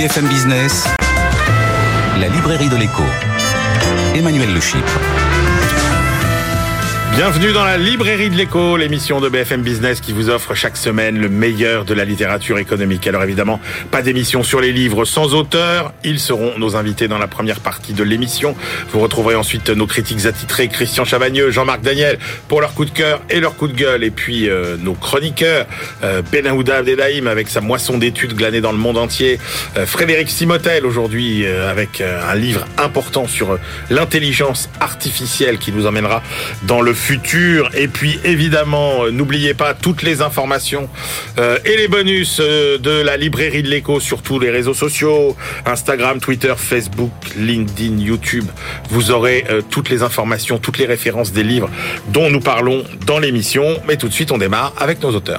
BFM Business, la librairie de l'écho. Emmanuel Le Chypre. Bienvenue dans la librairie de l'écho, l'émission de BFM Business qui vous offre chaque semaine le meilleur de la littérature économique. Alors évidemment, pas d'émission sur les livres sans auteur. Ils seront nos invités dans la première partie de l'émission. Vous retrouverez ensuite nos critiques attitrés, Christian Chavagneux, Jean-Marc Daniel, pour leur coup de cœur et leur coup de gueule. Et puis nos chroniqueurs, Benahouda Abdelhaim avec sa moisson d'études glanées dans le monde entier. Frédéric Simotel aujourd'hui avec un livre important sur l'intelligence artificielle qui nous emmènera dans le futur. Et puis évidemment, n'oubliez pas toutes les informations et les bonus de la librairie de l'écho sur tous les réseaux sociaux, Instagram, Twitter, Facebook, LinkedIn, YouTube. Vous aurez toutes les informations, toutes les références des livres dont nous parlons dans l'émission. Mais tout de suite, on démarre avec nos auteurs.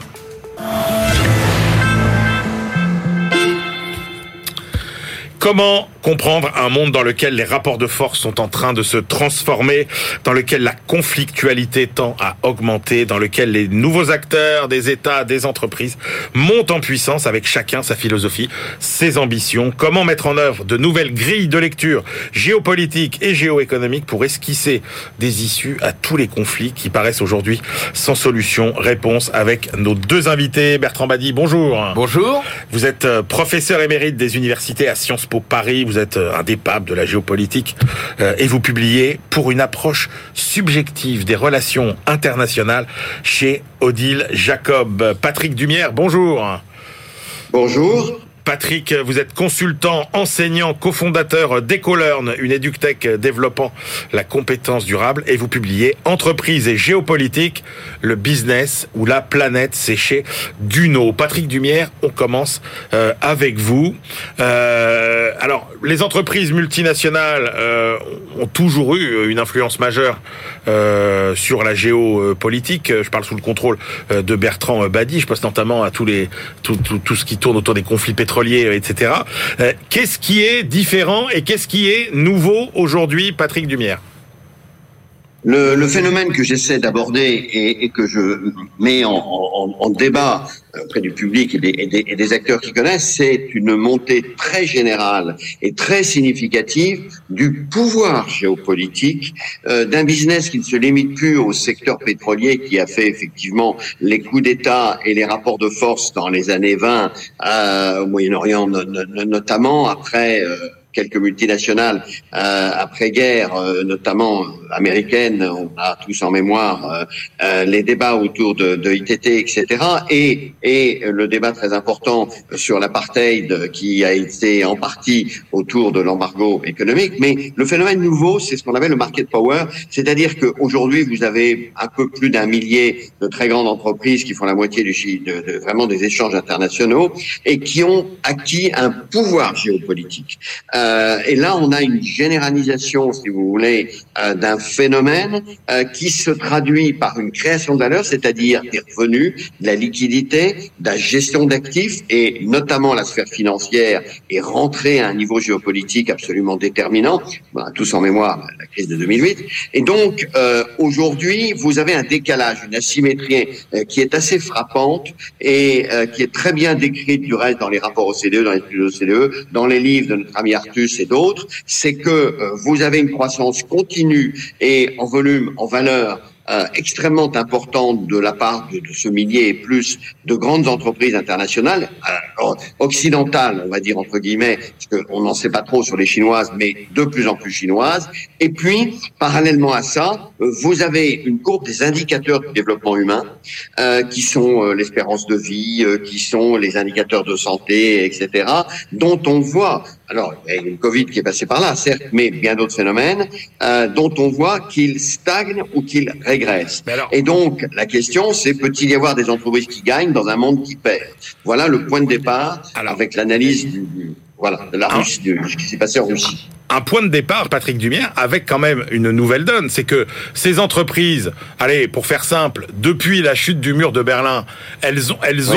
Comment comprendre un monde dans lequel les rapports de force sont en train de se transformer, dans lequel la conflictualité tend à augmenter, dans lequel les nouveaux acteurs des États, des entreprises montent en puissance avec chacun sa philosophie, ses ambitions? Comment mettre en œuvre de nouvelles grilles de lecture géopolitiques et géoéconomiques pour esquisser des issues à tous les conflits qui paraissent aujourd'hui sans solution? Réponse avec nos deux invités. Bertrand Badi, bonjour. Bonjour. Vous êtes professeur émérite des universités à Sciences Po Paris, vous êtes un des papes de la géopolitique et vous publiez Pour une approche subjective des relations internationales chez Odile Jacob. Patrick Dumière, bonjour. Bonjour. Patrick, vous êtes consultant, enseignant, cofondateur d'EcoLearn, une edutech développant la compétence durable, et vous publiez Entreprise et géopolitique, le business ou la planète, c'est chez Duno. Patrick Dumière, on commence avec vous. Alors, les entreprises multinationales ont toujours eu une influence majeure sur la géopolitique. Je parle sous le contrôle de Bertrand Badi. Je pense notamment à tout ce qui tourne autour des conflits pétroliers, etc. Qu'est-ce qui est différent et qu'est-ce qui est nouveau aujourd'hui, Patrick Dumière? Le phénomène que j'essaie d'aborder et que je mets en débat auprès du public et des acteurs qui connaissent, c'est une montée très générale et très significative du pouvoir géopolitique d'un business qui ne se limite plus au secteur pétrolier, qui a fait effectivement les coups d'État et les rapports de force dans les années 20 au Moyen-Orient notamment, après quelques multinationales après-guerre, notamment américaines. On a tous en mémoire les débats autour de ITT, etc. Et le débat très important sur l'apartheid qui a été en partie autour de l'embargo économique. Mais le phénomène nouveau, c'est ce qu'on appelle le market power, c'est-à-dire qu'aujourd'hui, vous avez un peu plus d'1 millier de très grandes entreprises qui font la moitié vraiment des échanges internationaux et qui ont acquis un pouvoir géopolitique. Et là, on a une généralisation, si vous voulez, d'un phénomène qui se traduit par une création de valeur, c'est-à-dire des revenus, de la liquidité, de la gestion d'actifs, et notamment la sphère financière est rentrée à un niveau géopolitique absolument déterminant. On a tous en mémoire la crise de 2008. Et donc, aujourd'hui, vous avez un décalage, une asymétrie qui est assez frappante et qui est très bien décrite du reste dans les rapports OCDE, dans les études OCDE, dans les livres de notre ami Artus et d'autres, c'est que vous avez une croissance continue et en volume, en valeur, extrêmement importante de la part de ce millier et plus de grandes entreprises internationales, occidentales, on va dire entre guillemets, parce qu'on n'en sait pas trop sur les chinoises, mais de plus en plus chinoises. Et puis, parallèlement à ça, vous avez une courbe des indicateurs du développement humain, qui sont l'espérance de vie, qui sont les indicateurs de santé, etc., dont on voit, alors il y a une Covid qui est passée par là, certes, mais bien d'autres phénomènes, dont on voit qu'ils stagnent ou qu'ils régressent. Et donc, la question, c'est peut-il y avoir des entreprises qui gagnent dans un monde qui perd? Voilà le point de départ avec l'analyse de la Russie, de ce qui s'est passé en Russie. Un point de départ, Patrick Dumière, avec quand même une nouvelle donne, c'est que ces entreprises, allez, pour faire simple, depuis la chute du mur de Berlin, elles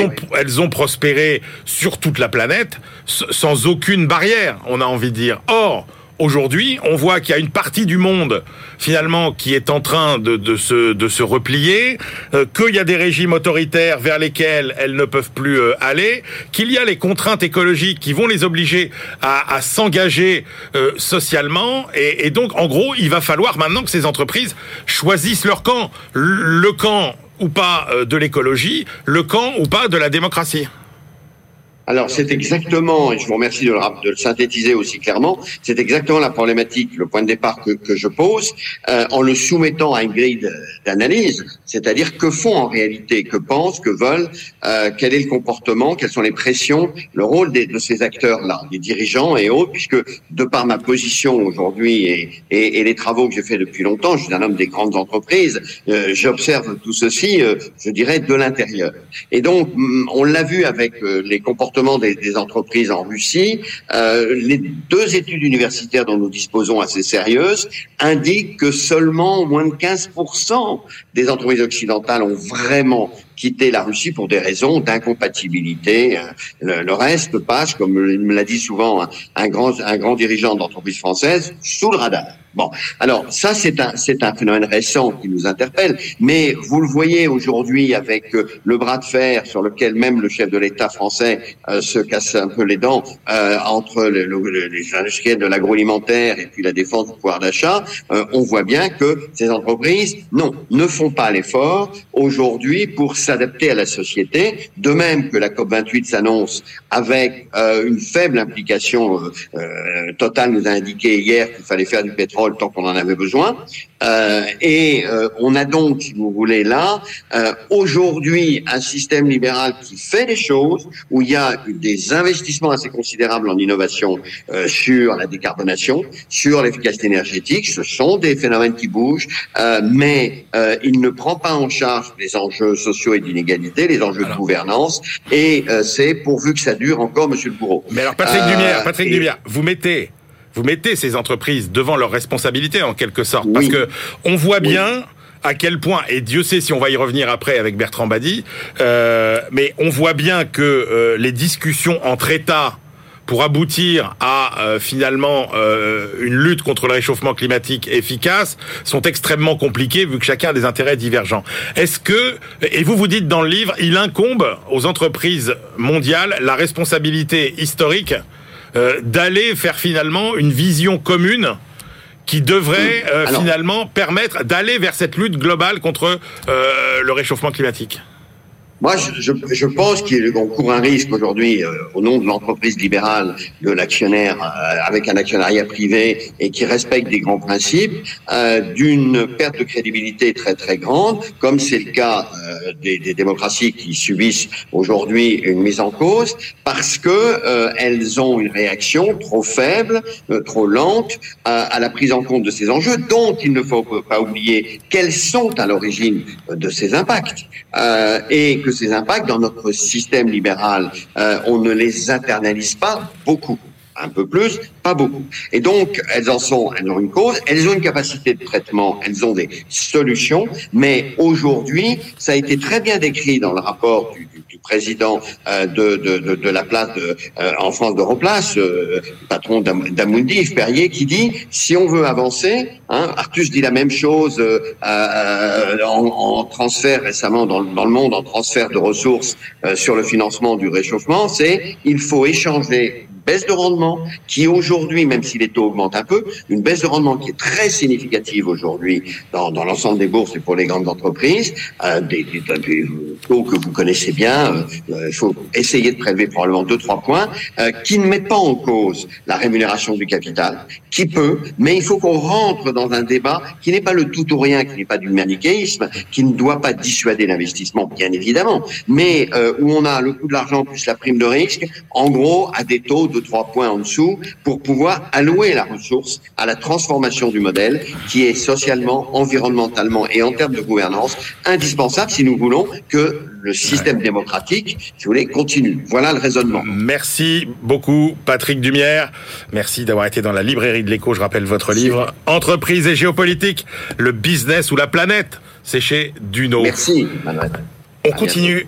ont prospéré sur toute la planète sans aucune barrière, on a envie de dire. Or, aujourd'hui, on voit qu'il y a une partie du monde finalement qui est en train de se replier, qu'il y a des régimes autoritaires vers lesquels elles ne peuvent plus aller, qu'il y a les contraintes écologiques qui vont les obliger à s'engager socialement, et donc en gros il va falloir maintenant que ces entreprises choisissent leur camp, le camp ou pas de l'écologie, le camp ou pas de la démocratie. Alors c'est exactement, et je vous remercie de le synthétiser aussi clairement, c'est exactement la problématique, le point de départ que je pose, en le soumettant à une grille d'analyse, c'est-à-dire que font en réalité, que pensent, que veulent, quel est le comportement, quelles sont les pressions, le rôle de ces acteurs-là, des dirigeants et autres, puisque de par ma position aujourd'hui et les travaux que j'ai fait depuis longtemps, je suis un homme des grandes entreprises, j'observe tout ceci, je dirais, de l'intérieur. Et donc, on l'a vu avec les comportements des entreprises en Russie, les 2 études universitaires dont nous disposons assez sérieuses indiquent que seulement moins de 15% des entreprises occidentales ont vraiment quitté la Russie pour des raisons d'incompatibilité. Le reste passe, comme me l'a dit souvent un grand dirigeant d'entreprise française, sous le radar. Bon, alors ça c'est un phénomène récent qui nous interpelle, mais vous le voyez aujourd'hui avec le bras de fer sur lequel même le chef de l'État français se casse un peu les dents entre les industriels de l'agroalimentaire et puis la défense du pouvoir d'achat. On voit bien que ces entreprises ne font pas l'effort aujourd'hui pour s'adapter à la société, de même que la COP28 s'annonce avec une faible implication. Total nous a indiqué hier qu'il fallait faire du pétrole tant qu'on en avait besoin. On a donc, si vous voulez, là, aujourd'hui, un système libéral qui fait des choses, où il y a des investissements assez considérables en innovation sur la décarbonation, sur l'efficacité énergétique. Ce sont des phénomènes qui bougent, mais il ne prend pas en charge les enjeux sociaux et d'inégalité, les enjeux de gouvernance, et c'est pourvu que ça dure encore, monsieur le Bourreau. Mais alors, Patrick Dumière, vous mettez ces entreprises devant leurs responsabilités en quelque sorte, parce que on voit bien à quel point, et Dieu sait si on va y revenir après avec Bertrand Badi, mais on voit bien que les discussions entre États pour aboutir à finalement une lutte contre le réchauffement climatique efficace sont extrêmement compliquées vu que chacun a des intérêts divergents. Est-ce que, et vous dites dans le livre, il incombe aux entreprises mondiales la responsabilité historique d'aller faire finalement une vision commune qui devrait finalement permettre d'aller vers cette lutte globale contre le réchauffement climatique? Moi, je pense qu'on court un risque aujourd'hui, au nom de l'entreprise libérale, de l'actionnaire, avec un actionnariat privé et qui respecte des grands principes, d'une perte de crédibilité très très grande, comme c'est le cas des démocraties qui subissent aujourd'hui une mise en cause, parce que elles ont une réaction trop faible, trop lente à la prise en compte de ces enjeux, dont il ne faut pas oublier quels sont à l'origine de ces impacts, et que ces impacts dans notre système libéral, on ne les internalise pas beaucoup. Un peu plus, pas beaucoup. Et donc, elles ont une cause, elles ont une capacité de traitement, elles ont des solutions, mais aujourd'hui, ça a été très bien décrit dans le rapport du président de la place en France d'Europlace, patron d'Amundi, Yves Perrier, qui dit, si on veut avancer, Artus dit la même chose en transfert récemment dans le monde, en transfert de ressources sur le financement du réchauffement, c'est il faut échanger baisse de rendement qui aujourd'hui, même si les taux augmentent un peu, une baisse de rendement qui est très significative aujourd'hui dans l'ensemble des bourses et pour les grandes entreprises, des taux que vous connaissez bien, il faut essayer de prélever probablement 2-3 points, qui ne mettent pas en cause la rémunération du capital, qui peut, mais il faut qu'on rentre dans un débat qui n'est pas le tout ou rien, qui n'est pas du manichéisme, qui ne doit pas dissuader l'investissement, bien évidemment, mais où on a le coût de l'argent plus la prime de risque, en gros, à des taux de 3 points en dessous pour pouvoir allouer la ressource à la transformation du modèle qui est socialement, environnementalement et en termes de gouvernance indispensable si nous voulons que le système démocratique, si vous voulez, continue. Voilà le raisonnement. Merci beaucoup, Patrick Dumière. Merci d'avoir été dans la librairie de l'Écho. Je rappelle votre livre « Entreprise et géopolitique, le business ou la planète ». C'est chez Duno. Merci, Manuel. On continue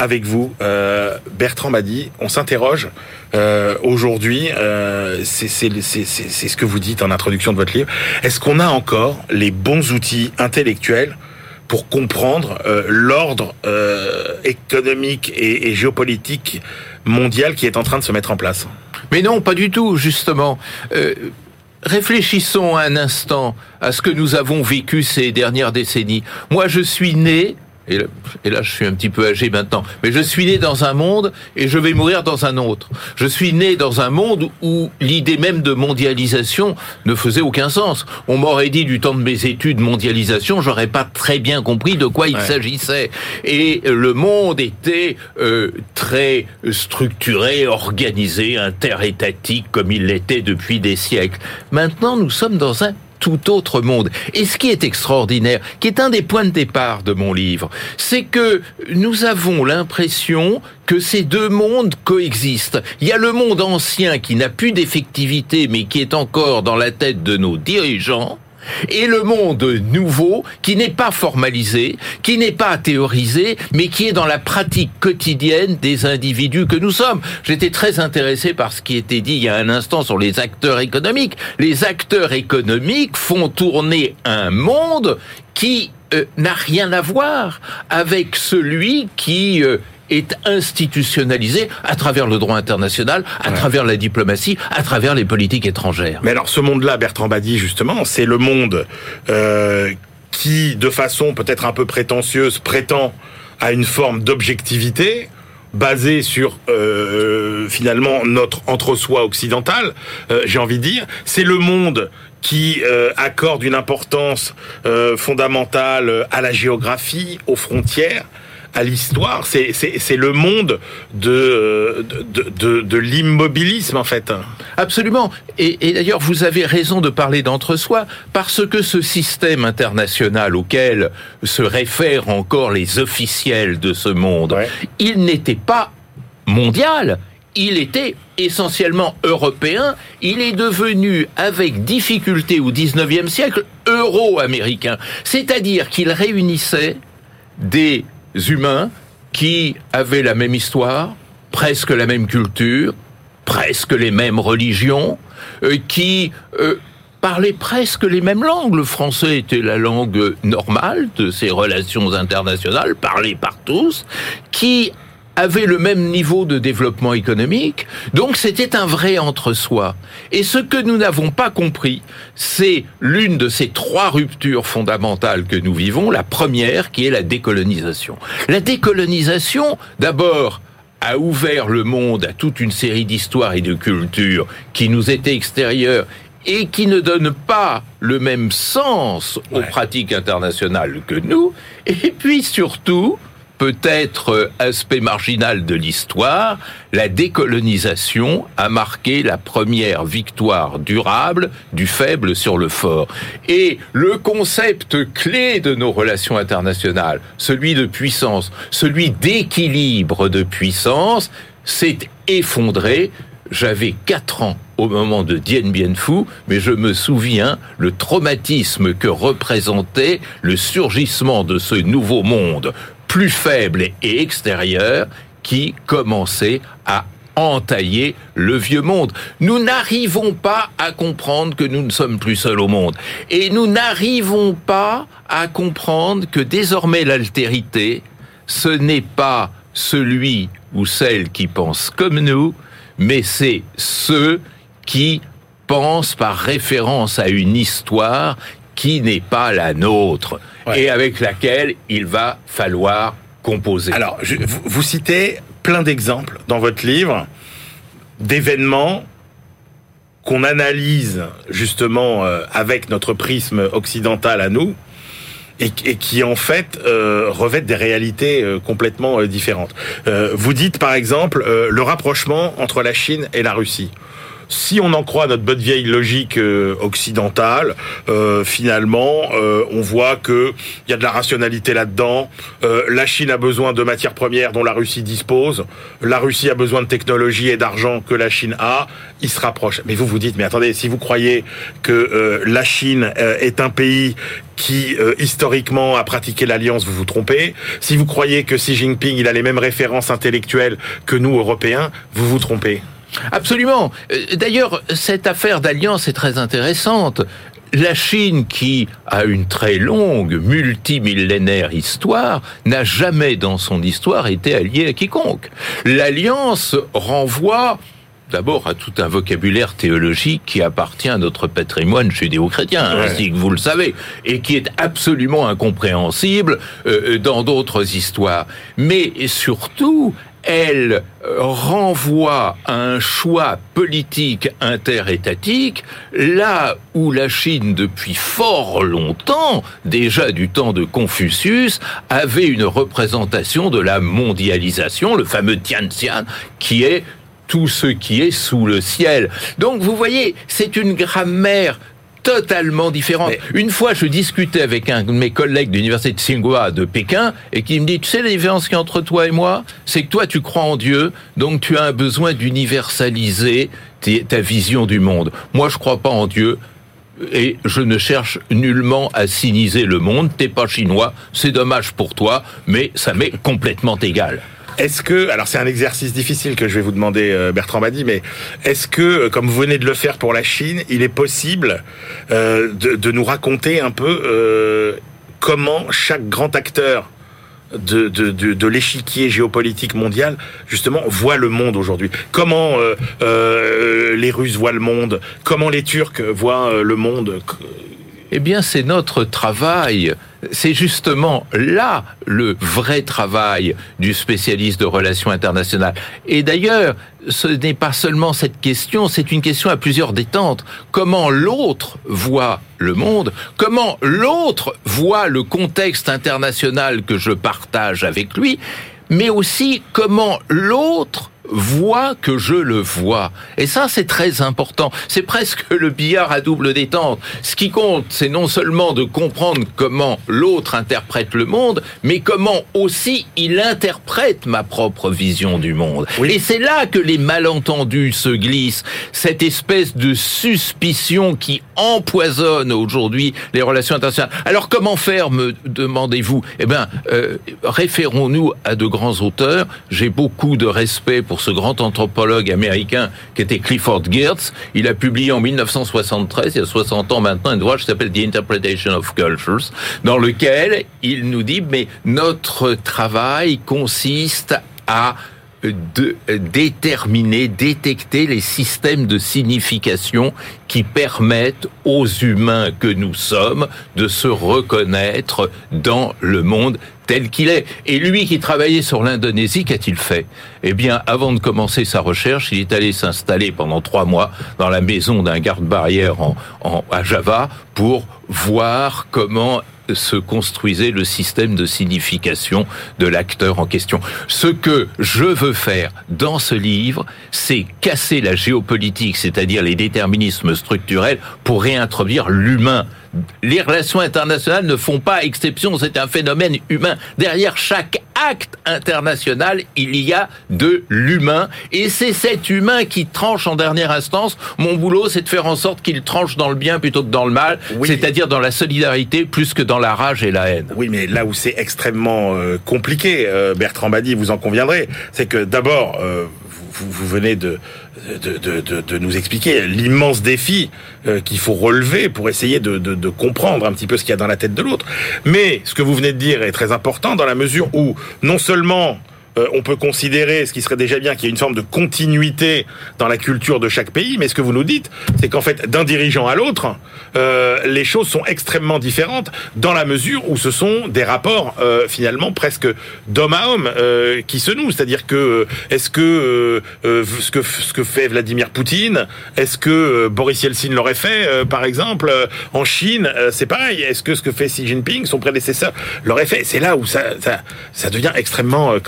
avec vous. Bertrand Badi, on s'interroge aujourd'hui, c'est ce que vous dites en introduction de votre livre. Est-ce qu'on a encore les bons outils intellectuels pour comprendre l'ordre économique et géopolitique mondial qui est en train de se mettre en place? Mais non, pas du tout, justement. Réfléchissons un instant à ce que nous avons vécu ces dernières décennies. Moi, je suis né, et là je suis un petit peu âgé maintenant, mais je suis né dans un monde et je vais mourir dans un autre. Je suis né dans un monde où l'idée même de mondialisation ne faisait aucun sens. On m'aurait dit du temps de mes études mondialisation, j'aurais pas très bien compris de quoi il s'agissait. Et le monde était très structuré, organisé, interétatique comme il l'était depuis des siècles. Maintenant, nous sommes dans un tout autre monde. Et ce qui est extraordinaire, qui est un des points de départ de mon livre, c'est que nous avons l'impression que ces deux mondes coexistent. Il y a le monde ancien qui n'a plus d'effectivité, mais qui est encore dans la tête de nos dirigeants, et le monde nouveau qui n'est pas formalisé, qui n'est pas théorisé, mais qui est dans la pratique quotidienne des individus que nous sommes. J'étais très intéressé par ce qui était dit il y a un instant sur les acteurs économiques. Les acteurs économiques font tourner un monde qui n'a rien à voir avec celui qui est institutionnalisé à travers le droit international, à travers la diplomatie, à travers les politiques étrangères. Mais alors ce monde-là, Bertrand Badi, justement, c'est le monde qui, de façon peut-être un peu prétentieuse, prétend à une forme d'objectivité basée sur finalement notre entre-soi occidental, j'ai envie de dire. C'est le monde qui accorde une importance fondamentale à la géographie, aux frontières, à l'histoire. C'est le monde de l'immobilisme, en fait. Absolument. Et d'ailleurs, vous avez raison de parler d'entre-soi, parce que ce système international auquel se réfèrent encore les officiels de ce monde, il n'était pas mondial. Il était essentiellement européen. Il est devenu, avec difficulté au XIXe siècle, euro-américain. C'est-à-dire qu'il réunissait des humains qui avaient la même histoire, presque la même culture, presque les mêmes religions, qui parlaient presque les mêmes langues. Le français était la langue normale de ces relations internationales, parlée par tous, qui avaient le même niveau de développement économique. Donc c'était un vrai entre-soi. Et ce que nous n'avons pas compris, c'est l'une de ces trois ruptures fondamentales que nous vivons. La première, qui est la décolonisation. La décolonisation, d'abord, a ouvert le monde à toute une série d'histoires et de cultures qui nous étaient extérieures et qui ne donnent pas le même sens aux pratiques internationales que nous. Et puis surtout, peut-être aspect marginal de l'histoire, la décolonisation a marqué la première victoire durable du faible sur le fort. Et le concept clé de nos relations internationales, celui de puissance, celui d'équilibre de puissance, s'est effondré. J'avais 4 ans au moment de Dien Bien Phu, mais je me souviens le traumatisme que représentait le surgissement de ce nouveau monde plus faible et extérieur qui commençait à entailler le vieux monde. Nous n'arrivons pas à comprendre que nous ne sommes plus seuls au monde. Et nous n'arrivons pas à comprendre que désormais l'altérité, ce n'est pas celui ou celle qui pense comme nous, mais c'est ceux qui pensent par référence à une histoire qui n'est pas la nôtre et avec laquelle il va falloir composer. Alors, vous citez plein d'exemples dans votre livre d'événements qu'on analyse justement avec notre prisme occidental à nous et qui en fait revêtent des réalités complètement différentes. Vous dites par exemple le rapprochement entre la Chine et la Russie. si on en croit notre bonne vieille logique occidentale, finalement, on voit que il y a de la rationalité là-dedans. La Chine a besoin de matières premières dont la Russie dispose. La Russie a besoin de technologie et d'argent que la Chine a. Ils se rapprochent. Mais vous dites, mais attendez, si vous croyez que la Chine est un pays qui historiquement a pratiqué l'alliance, vous vous trompez. Si vous croyez que Xi Jinping il a les mêmes références intellectuelles que nous Européens, vous vous trompez. Absolument. D'ailleurs, cette affaire d'alliance est très intéressante. La Chine, qui a une très longue, multimillénaire histoire, n'a jamais dans son histoire été alliée à quiconque. L'alliance renvoie d'abord à tout un vocabulaire théologique qui appartient à notre patrimoine judéo-chrétien, ainsi que vous le savez, et qui est absolument incompréhensible dans d'autres histoires. Mais surtout, elle renvoie à un choix politique interétatique, là où la Chine, depuis fort longtemps, déjà du temps de Confucius, avait une représentation de la mondialisation, le fameux Tianxian, qui est tout ce qui est sous le ciel. Donc, vous voyez, c'est une grammaire totalement différente. Mais une fois, je discutais avec un de mes collègues de l'université de Tsinghua de Pékin et qui me dit, tu sais la différence qu'il y a entre toi et moi, c'est que toi, tu crois en Dieu, donc tu as un besoin d'universaliser ta vision du monde. Moi, je crois pas en Dieu. Et je ne cherche nullement à siniser le monde. T'es pas chinois, c'est dommage pour toi, mais ça m'est complètement égal. Est-ce que, alors c'est un exercice difficile que je vais vous demander, Bertrand Badi, mais est-ce que, comme vous venez de le faire pour la Chine, il est possible de nous raconter un peu comment chaque grand acteur de l'échiquier géopolitique mondial, justement, voit le monde aujourd'hui? Comment les Russes voient le monde? Comment les Turcs voient le monde? Eh bien, c'est notre travail. C'est justement là le vrai travail du spécialiste de relations internationales. Et d'ailleurs, ce n'est pas seulement cette question, c'est une question à plusieurs détentes. Comment l'autre voit le monde? Comment l'autre voit le contexte international que je partage avec lui? Mais aussi comment l'autre voit que je le vois. Et ça, c'est très important. C'est presque le billard à double détente. Ce qui compte, c'est non seulement de comprendre comment l'autre interprète le monde, mais comment aussi il interprète ma propre vision du monde. Oui. Et c'est là que les malentendus se glissent. Cette espèce de suspicion qui empoisonne aujourd'hui les relations internationales. Alors comment faire, me demandez-vous? Eh bien, référons-nous à de grands auteurs. J'ai beaucoup de respect pour ce grand anthropologue américain qui était Clifford Geertz. Il a publié en 1973, il y a 60 ans maintenant, un ouvrage qui s'appelle The Interpretation of Cultures, dans lequel il nous dit, mais notre travail consiste à détecter les systèmes de signification qui permettent aux humains que nous sommes de se reconnaître dans le monde tel qu'il est. Et lui qui travaillait sur l'Indonésie, qu'a-t-il fait? Eh bien, avant de commencer sa recherche, il est allé s'installer pendant 3 mois dans la maison d'un garde-barrière à Java pour voir comment se construisait le système de signification de l'acteur en question. Ce que je veux faire dans ce livre, c'est casser la géopolitique, c'est-à-dire les déterminismes structurels, pour réintroduire l'humain. Les relations internationales ne font pas exception, c'est un phénomène humain. Derrière chaque acte international, il y a de l'humain, et c'est cet humain qui tranche en dernière instance. Mon boulot, c'est de faire en sorte qu'il tranche dans le bien plutôt que dans le mal, oui. C'est-à-dire dans la solidarité plus que dans la rage et la haine. Oui, mais là où c'est extrêmement compliqué, Bertrand Badi, vous en conviendrez, c'est que d'abord, vous venez de nous expliquer l'immense défi qu'il faut relever pour essayer de comprendre un petit peu ce qu'il y a dans la tête de l'autre. Mais ce que vous venez de dire est très important dans la mesure où non seulement on peut considérer, ce qui serait déjà bien, qu'il y ait une forme de continuité dans la culture de chaque pays, mais ce que vous nous dites, c'est qu'en fait, d'un dirigeant à l'autre, les choses sont extrêmement différentes dans la mesure où ce sont des rapports finalement presque d'homme à homme qui se nouent. C'est-à-dire que est-ce que ce que fait Vladimir Poutine, est-ce que Boris Yeltsin l'aurait fait, par exemple, en Chine, c'est pareil. Est-ce que ce que fait Xi Jinping, son prédécesseur, l'aurait fait? C'est là où ça devient extrêmement quand même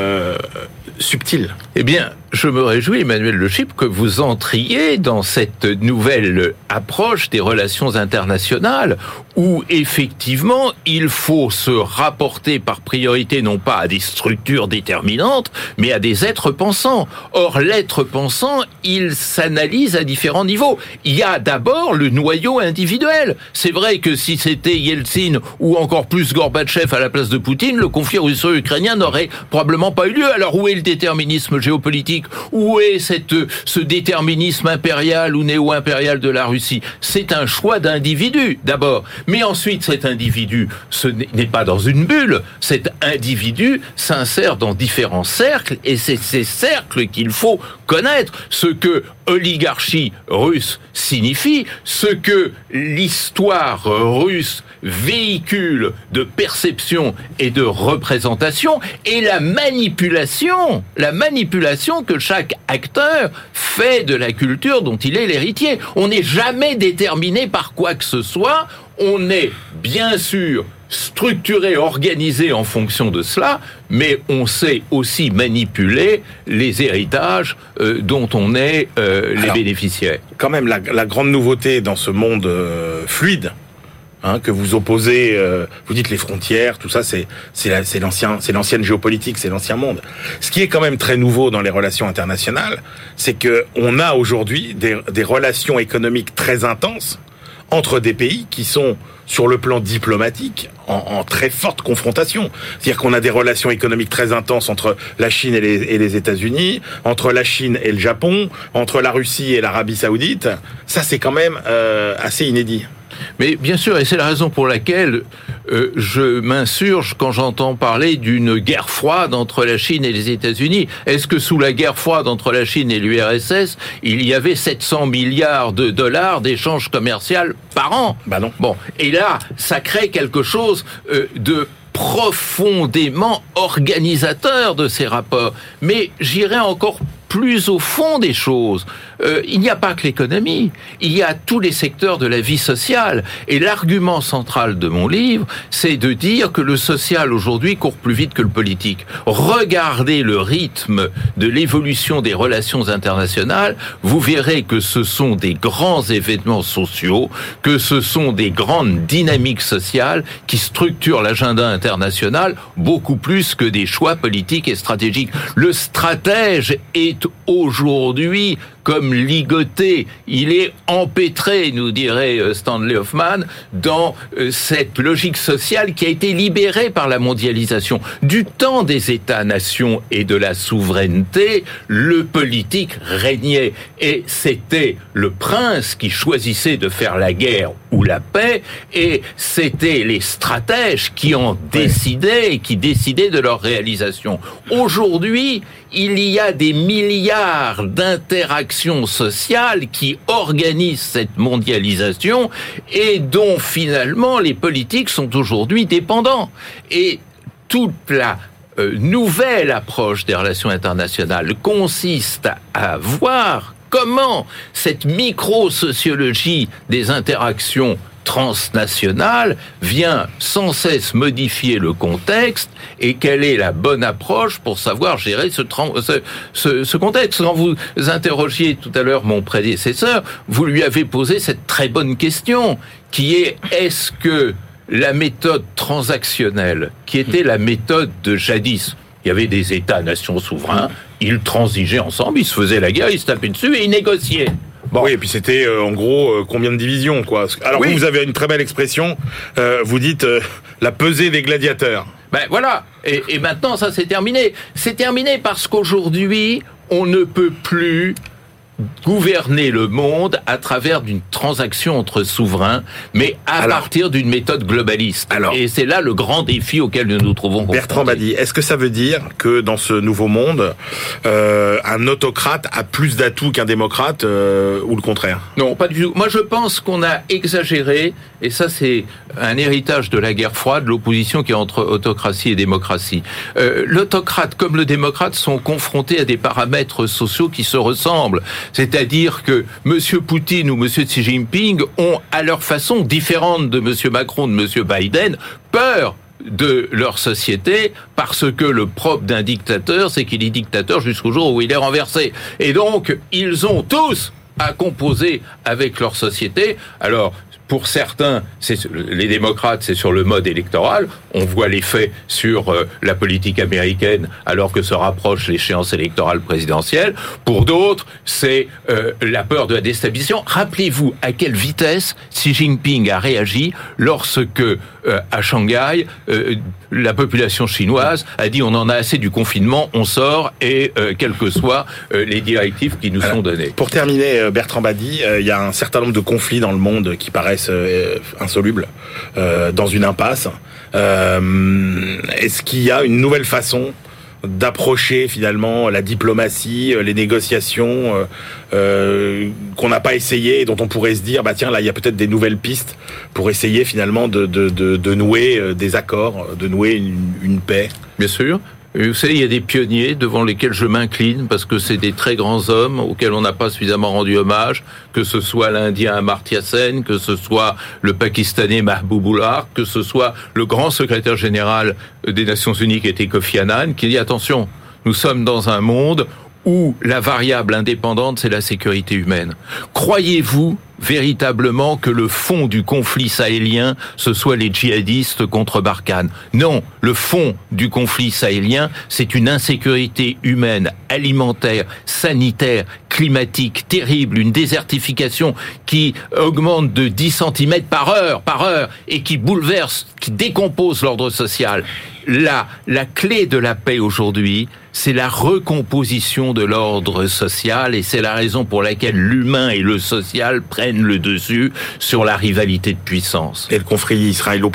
subtil. Eh bien, je me réjouis, Emmanuel Le Chypre, que vous entriez dans cette nouvelle approche des relations internationales où, effectivement, il faut se rapporter par priorité non pas à des structures déterminantes, mais à des êtres pensants. Or, l'être pensant, il s'analyse à différents niveaux. Il y a d'abord le noyau individuel. C'est vrai que si c'était Yeltsin ou encore plus Gorbatchev à la place de Poutine, le conflit russo-ukrainien n'aurait probablement pas eu lieu. Alors, où est le déterminisme géopolitique? Où est ce déterminisme impérial ou néo-impérial de la Russie? C'est un choix d'individu, d'abord. Mais ensuite, cet individu, ce n'est pas dans une bulle. Cet individu s'insère dans différents cercles, et c'est ces cercles qu'il faut connaître. Ce que oligarchie russe signifie, ce que l'histoire russe véhicule de perception et de représentation, et la manipulation que chaque acteur fait de la culture dont il est l'héritier. On n'est jamais déterminé par quoi que ce soit, on est bien sûr structuré, organisé en fonction de cela, mais on sait aussi manipuler les héritages dont on est les bénéficiaires. Quand même, la grande nouveauté dans ce monde fluide, que vous opposez, vous dites les frontières, tout ça, c'est l'ancienne géopolitique, c'est l'ancien monde. Ce qui est quand même très nouveau dans les relations internationales, c'est que on a aujourd'hui des relations économiques très intenses entre des pays qui sont sur le plan diplomatique en très forte confrontation. C'est-à-dire qu'on a des relations économiques très intenses entre la Chine et les États-Unis, entre la Chine et le Japon, entre la Russie et l'Arabie Saoudite. Ça, c'est quand même assez inédit. Mais bien sûr, et c'est la raison pour laquelle je m'insurge quand j'entends parler d'une guerre froide entre la Chine et les États-Unis. Est-ce que sous la guerre froide entre la Chine et l'URSS, il y avait 700 milliards de dollars d'échanges commerciaux par an? Bah non. Bon, et là, ça crée quelque chose de profondément organisateur de ces rapports. Mais j'irai encore plus au fond des choses. Il n'y a pas que l'économie, il y a tous les secteurs de la vie sociale. Et l'argument central de mon livre, c'est de dire que le social aujourd'hui court plus vite que le politique. Regardez le rythme de l'évolution des relations internationales, vous verrez que ce sont des grands événements sociaux, que ce sont des grandes dynamiques sociales qui structurent l'agenda international beaucoup plus que des choix politiques et stratégiques. Le stratège est aujourd'hui comme ligoté, il est empêtré, nous dirait Stanley Hoffman, dans cette logique sociale qui a été libérée par la mondialisation. Du temps des États-nations et de la souveraineté, le politique régnait. Et c'était le prince qui choisissait de faire la guerre ou la paix, et c'était les stratèges qui en décidaient et qui décidaient de leur réalisation. Aujourd'hui, il y a des milliards d'interactions sociales qui organisent cette mondialisation et dont finalement les politiques sont aujourd'hui dépendants. Et toute la nouvelle approche des relations internationales consiste à voir comment cette micro-sociologie des interactions transnationale vient sans cesse modifier le contexte, et quelle est la bonne approche pour savoir gérer ce contexte. Quand vous interrogiez tout à l'heure mon prédécesseur, vous lui avez posé cette très bonne question qui est: est-ce que la méthode transactionnelle, qui était la méthode de jadis, il y avait des États-nations souverains, ils transigeaient ensemble, ils se faisaient la guerre, ils se tapaient dessus et ils négociaient. Bon. Oui, et puis c'était en gros combien de divisions, quoi. Alors oui. Vous avez une très belle expression, vous dites la pesée des gladiateurs. Ben voilà, et maintenant ça c'est terminé. C'est terminé parce qu'aujourd'hui, on ne peut plus gouverner le monde à travers d'une transaction entre souverains, mais à partir d'une méthode globaliste. Et c'est là le grand défi auquel nous nous trouvons confrontés. Bertrand Badi, est-ce que ça veut dire que dans ce nouveau monde, un autocrate a plus d'atouts qu'un démocrate, ou le contraire? Non, pas du tout. Moi je pense qu'on a exagéré, et ça c'est un héritage de la guerre froide, l'opposition qui est entre autocratie et démocratie. L'autocrate comme le démocrate sont confrontés à des paramètres sociaux qui se ressemblent. C'est-à-dire que M. Poutine ou M. Xi Jinping ont, à leur façon différente de M. Macron, de M. Biden, peur de leur société, parce que le propre d'un dictateur, c'est qu'il est dictateur jusqu'au jour où il est renversé. Et donc, ils ont tous à composer avec leur société. Alors, pour certains, les démocrates, c'est sur le mode électoral. On voit l'effet sur la politique américaine alors que se rapproche l'échéance électorale présidentielle. Pour d'autres, c'est la peur de la déstabilisation. Rappelez-vous à quelle vitesse Xi Jinping a réagi lorsque, à Shanghai, la population chinoise a dit on en a assez du confinement, on sort et quelles que soient les directives qui nous sont données. Pour terminer, Bertrand Badi, il y a un certain nombre de conflits dans le monde qui paraissent insolubles, dans une impasse. Est-ce qu'il y a une nouvelle façon d'approcher finalement la diplomatie, les négociations qu'on n'a pas essayé et dont on pourrait se dire bah tiens là il y a peut-être des nouvelles pistes pour essayer finalement de nouer des accords, de nouer une paix? Bien sûr. Vous savez, il y a des pionniers devant lesquels je m'incline parce que c'est des très grands hommes auxquels on n'a pas suffisamment rendu hommage, que ce soit l'Indien Amartya Sen, que ce soit le Pakistanais Mahboubullah, que ce soit le grand secrétaire général des Nations Unies qui était Kofi Annan, qui dit attention, nous sommes dans un monde où la variable indépendante, c'est la sécurité humaine. Croyez-vous véritablement que le fond du conflit sahélien, ce soit les djihadistes contre Barkhane? Non, le fond du conflit sahélien, c'est une insécurité humaine, alimentaire, sanitaire, climatique, terrible, une désertification qui augmente de 10 cm par heure, et qui bouleverse, qui décompose l'ordre social. La clé de la paix aujourd'hui, c'est la recomposition de l'ordre social et c'est la raison pour laquelle l'humain et le social prennent le dessus sur la rivalité de puissance. Et le conflit israélo-palestinien ?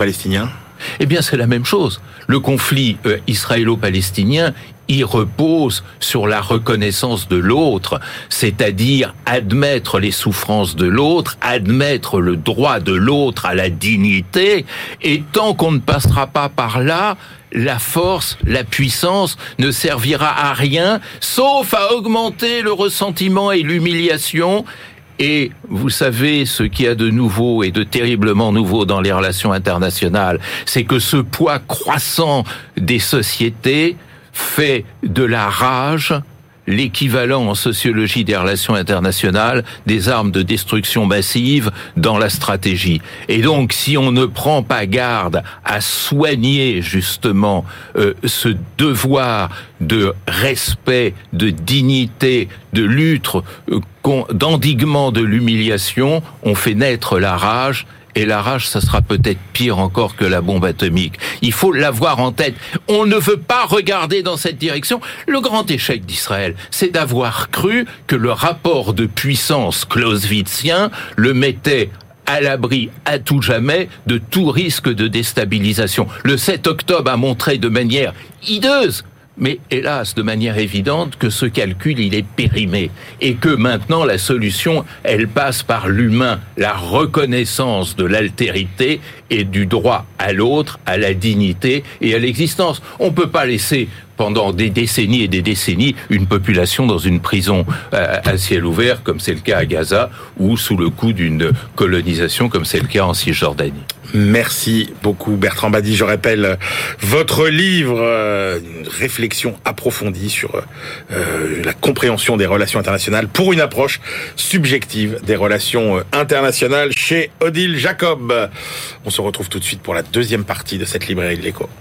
Eh bien, c'est la même chose. Le conflit israélo-palestinien, il repose sur la reconnaissance de l'autre, c'est-à-dire admettre les souffrances de l'autre, admettre le droit de l'autre à la dignité, et tant qu'on ne passera pas par là, la force, la puissance ne servira à rien, sauf à augmenter le ressentiment et l'humiliation. Et vous savez, ce qu'il y a de nouveau et de terriblement nouveau dans les relations internationales, c'est que ce poids croissant des sociétés fait de la rage l'équivalent en sociologie des relations internationales des armes de destruction massive dans la stratégie. Et donc, si on ne prend pas garde à soigner justement ce devoir de respect, de dignité, de lutte, d'endiguement de l'humiliation, on fait naître la rage. Et la rage, ça sera peut-être pire encore que la bombe atomique. Il faut l'avoir en tête. On ne veut pas regarder dans cette direction. Le grand échec d'Israël, c'est d'avoir cru que le rapport de puissance clausewitzien le mettait à l'abri à tout jamais de tout risque de déstabilisation. Le 7 octobre a montré de manière hideuse, mais hélas, de manière évidente, que ce calcul, il est périmé. Et que maintenant, la solution, elle passe par l'humain, la reconnaissance de l'altérité et du droit à l'autre, à la dignité et à l'existence. On ne peut pas laisser pendant des décennies et des décennies une population dans une prison à ciel ouvert, comme c'est le cas à Gaza, ou sous le coup d'une colonisation, comme c'est le cas en Cisjordanie. Merci beaucoup Bertrand Badi. Je rappelle votre livre, une réflexion approfondie sur la compréhension des relations internationales pour une approche subjective des relations internationales chez Odile Jacob. On se retrouve tout de suite pour la deuxième partie de cette librairie de l'Écho.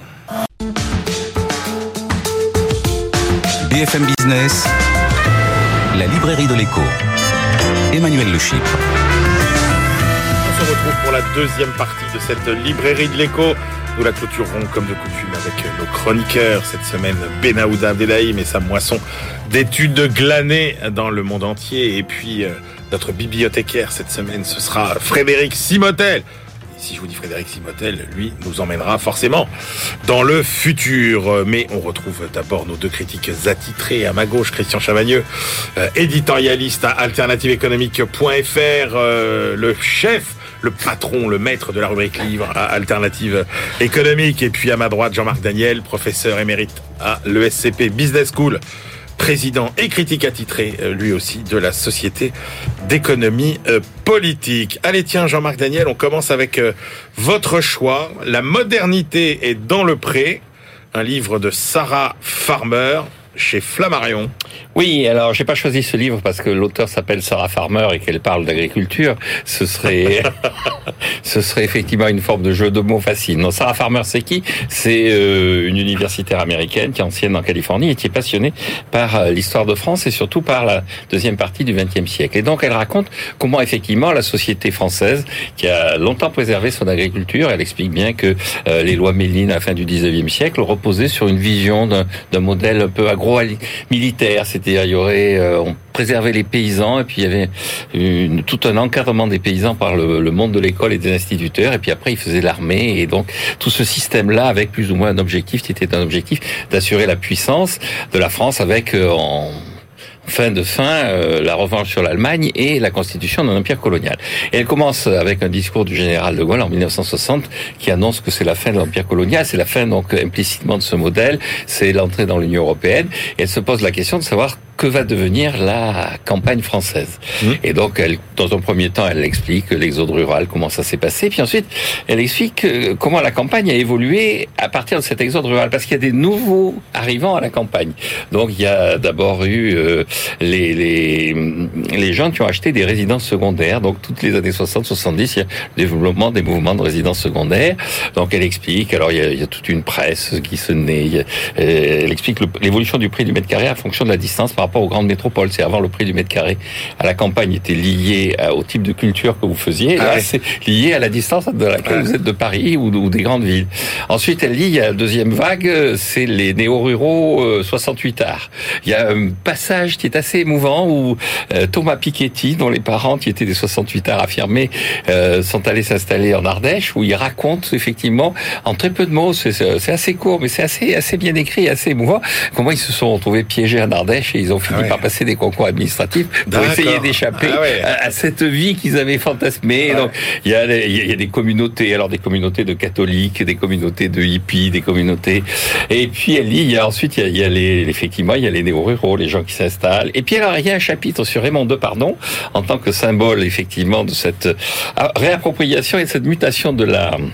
BFM Business, la librairie de l'Écho. Emmanuel Le Chypre. On se retrouve pour la deuxième partie de cette librairie de l'Écho. Nous la clôturerons comme de coutume avec nos chroniqueurs cette semaine, Benahouda Abdelhaim et sa moisson d'études glanées dans le monde entier. Et puis notre bibliothécaire cette semaine, ce sera Frédéric Simotel. Si je vous dis Frédéric Simotel, lui nous emmènera forcément dans le futur. Mais on retrouve d'abord nos deux critiques attitrés. À ma gauche, Christian Chavagneux, éditorialiste à alternativeéconomique.fr, le chef, le patron, le maître de la rubrique livre à Alternative Économique. Et puis à ma droite, Jean-Marc Daniel, professeur émérite à l'ESCP Business School, président et critique attitré, lui aussi, de la Société d'économie politique. Allez, tiens, Jean-Marc Daniel, on commence avec votre choix. La modernité est dans le pré, un livre de Sarah Farmer, chez Flammarion. Oui, alors j'ai pas choisi ce livre parce que l'auteur s'appelle Sarah Farmer et qu'elle parle d'agriculture. Ce serait effectivement une forme de jeu de mots facile. Non, Sarah Farmer, c'est qui ? C'est une universitaire américaine qui est ancienne en Californie et qui est passionnée par l'histoire de France et surtout par la deuxième partie du XXe siècle. Et donc elle raconte comment effectivement la société française, qui a longtemps préservé son agriculture, elle explique bien que les lois Méline à la fin du XIXe siècle reposaient sur une vision d'un modèle un peu agro-militaire, c'est-à-dire il y aurait on préservait les paysans et puis il y avait tout un encadrement des paysans par le monde de l'école et des instituteurs et puis après ils faisaient l'armée et donc tout ce système-là avec plus ou moins un objectif qui était un objectif d'assurer la puissance de la France avec la revanche sur l'Allemagne et la constitution d'un empire colonial. Et elle commence avec un discours du général de Gaulle en 1960 qui annonce que c'est la fin de l'empire colonial, c'est la fin donc implicitement de ce modèle, c'est l'entrée dans l'Union européenne. Et elle se pose la question de savoir que va devenir la campagne française. Et donc, dans un premier temps, elle explique l'exode rural, comment ça s'est passé. Puis ensuite, elle explique comment la campagne a évolué à partir de cet exode rural. Parce qu'il y a des nouveaux arrivants à la campagne. Donc, il y a d'abord eu les gens qui ont acheté des résidences secondaires. Donc, toutes les années 60-70, il y a le développement des mouvements de résidences secondaires. Donc, elle explique, alors il y a toute une presse qui se naît. Elle explique l'évolution du prix du mètre carré en fonction de la distance par rapport aux grandes métropoles. C'est avant le prix du mètre carré à la campagne était lié au type de culture que vous faisiez. Et là, c'est lié à la distance de laquelle vous êtes de Paris ou des grandes villes. Ensuite, elle dit, il y a la deuxième vague, c'est les néo-ruraux 68 arts. Il y a un passage qui est assez émouvant où Thomas Piketty, dont les parents qui étaient des 68 arts affirmés, sont allés s'installer en Ardèche, où il raconte effectivement, en très peu de mots, c'est assez court, mais c'est assez bien écrit, assez émouvant, comment ils se sont retrouvés piégés en Ardèche et ils ont fini par passer des concours administratifs pour essayer d'échapper à cette vie qu'ils avaient fantasmée. Donc, il y a des communautés, alors des communautés de catholiques, des communautés de hippies, des communautés. Et puis, elle dit, il y a les néo-ruraux, les gens qui s'installent. Et puis, alors, il y a un chapitre sur Raymond Depardon, en tant que symbole, effectivement, de cette réappropriation et de cette mutation de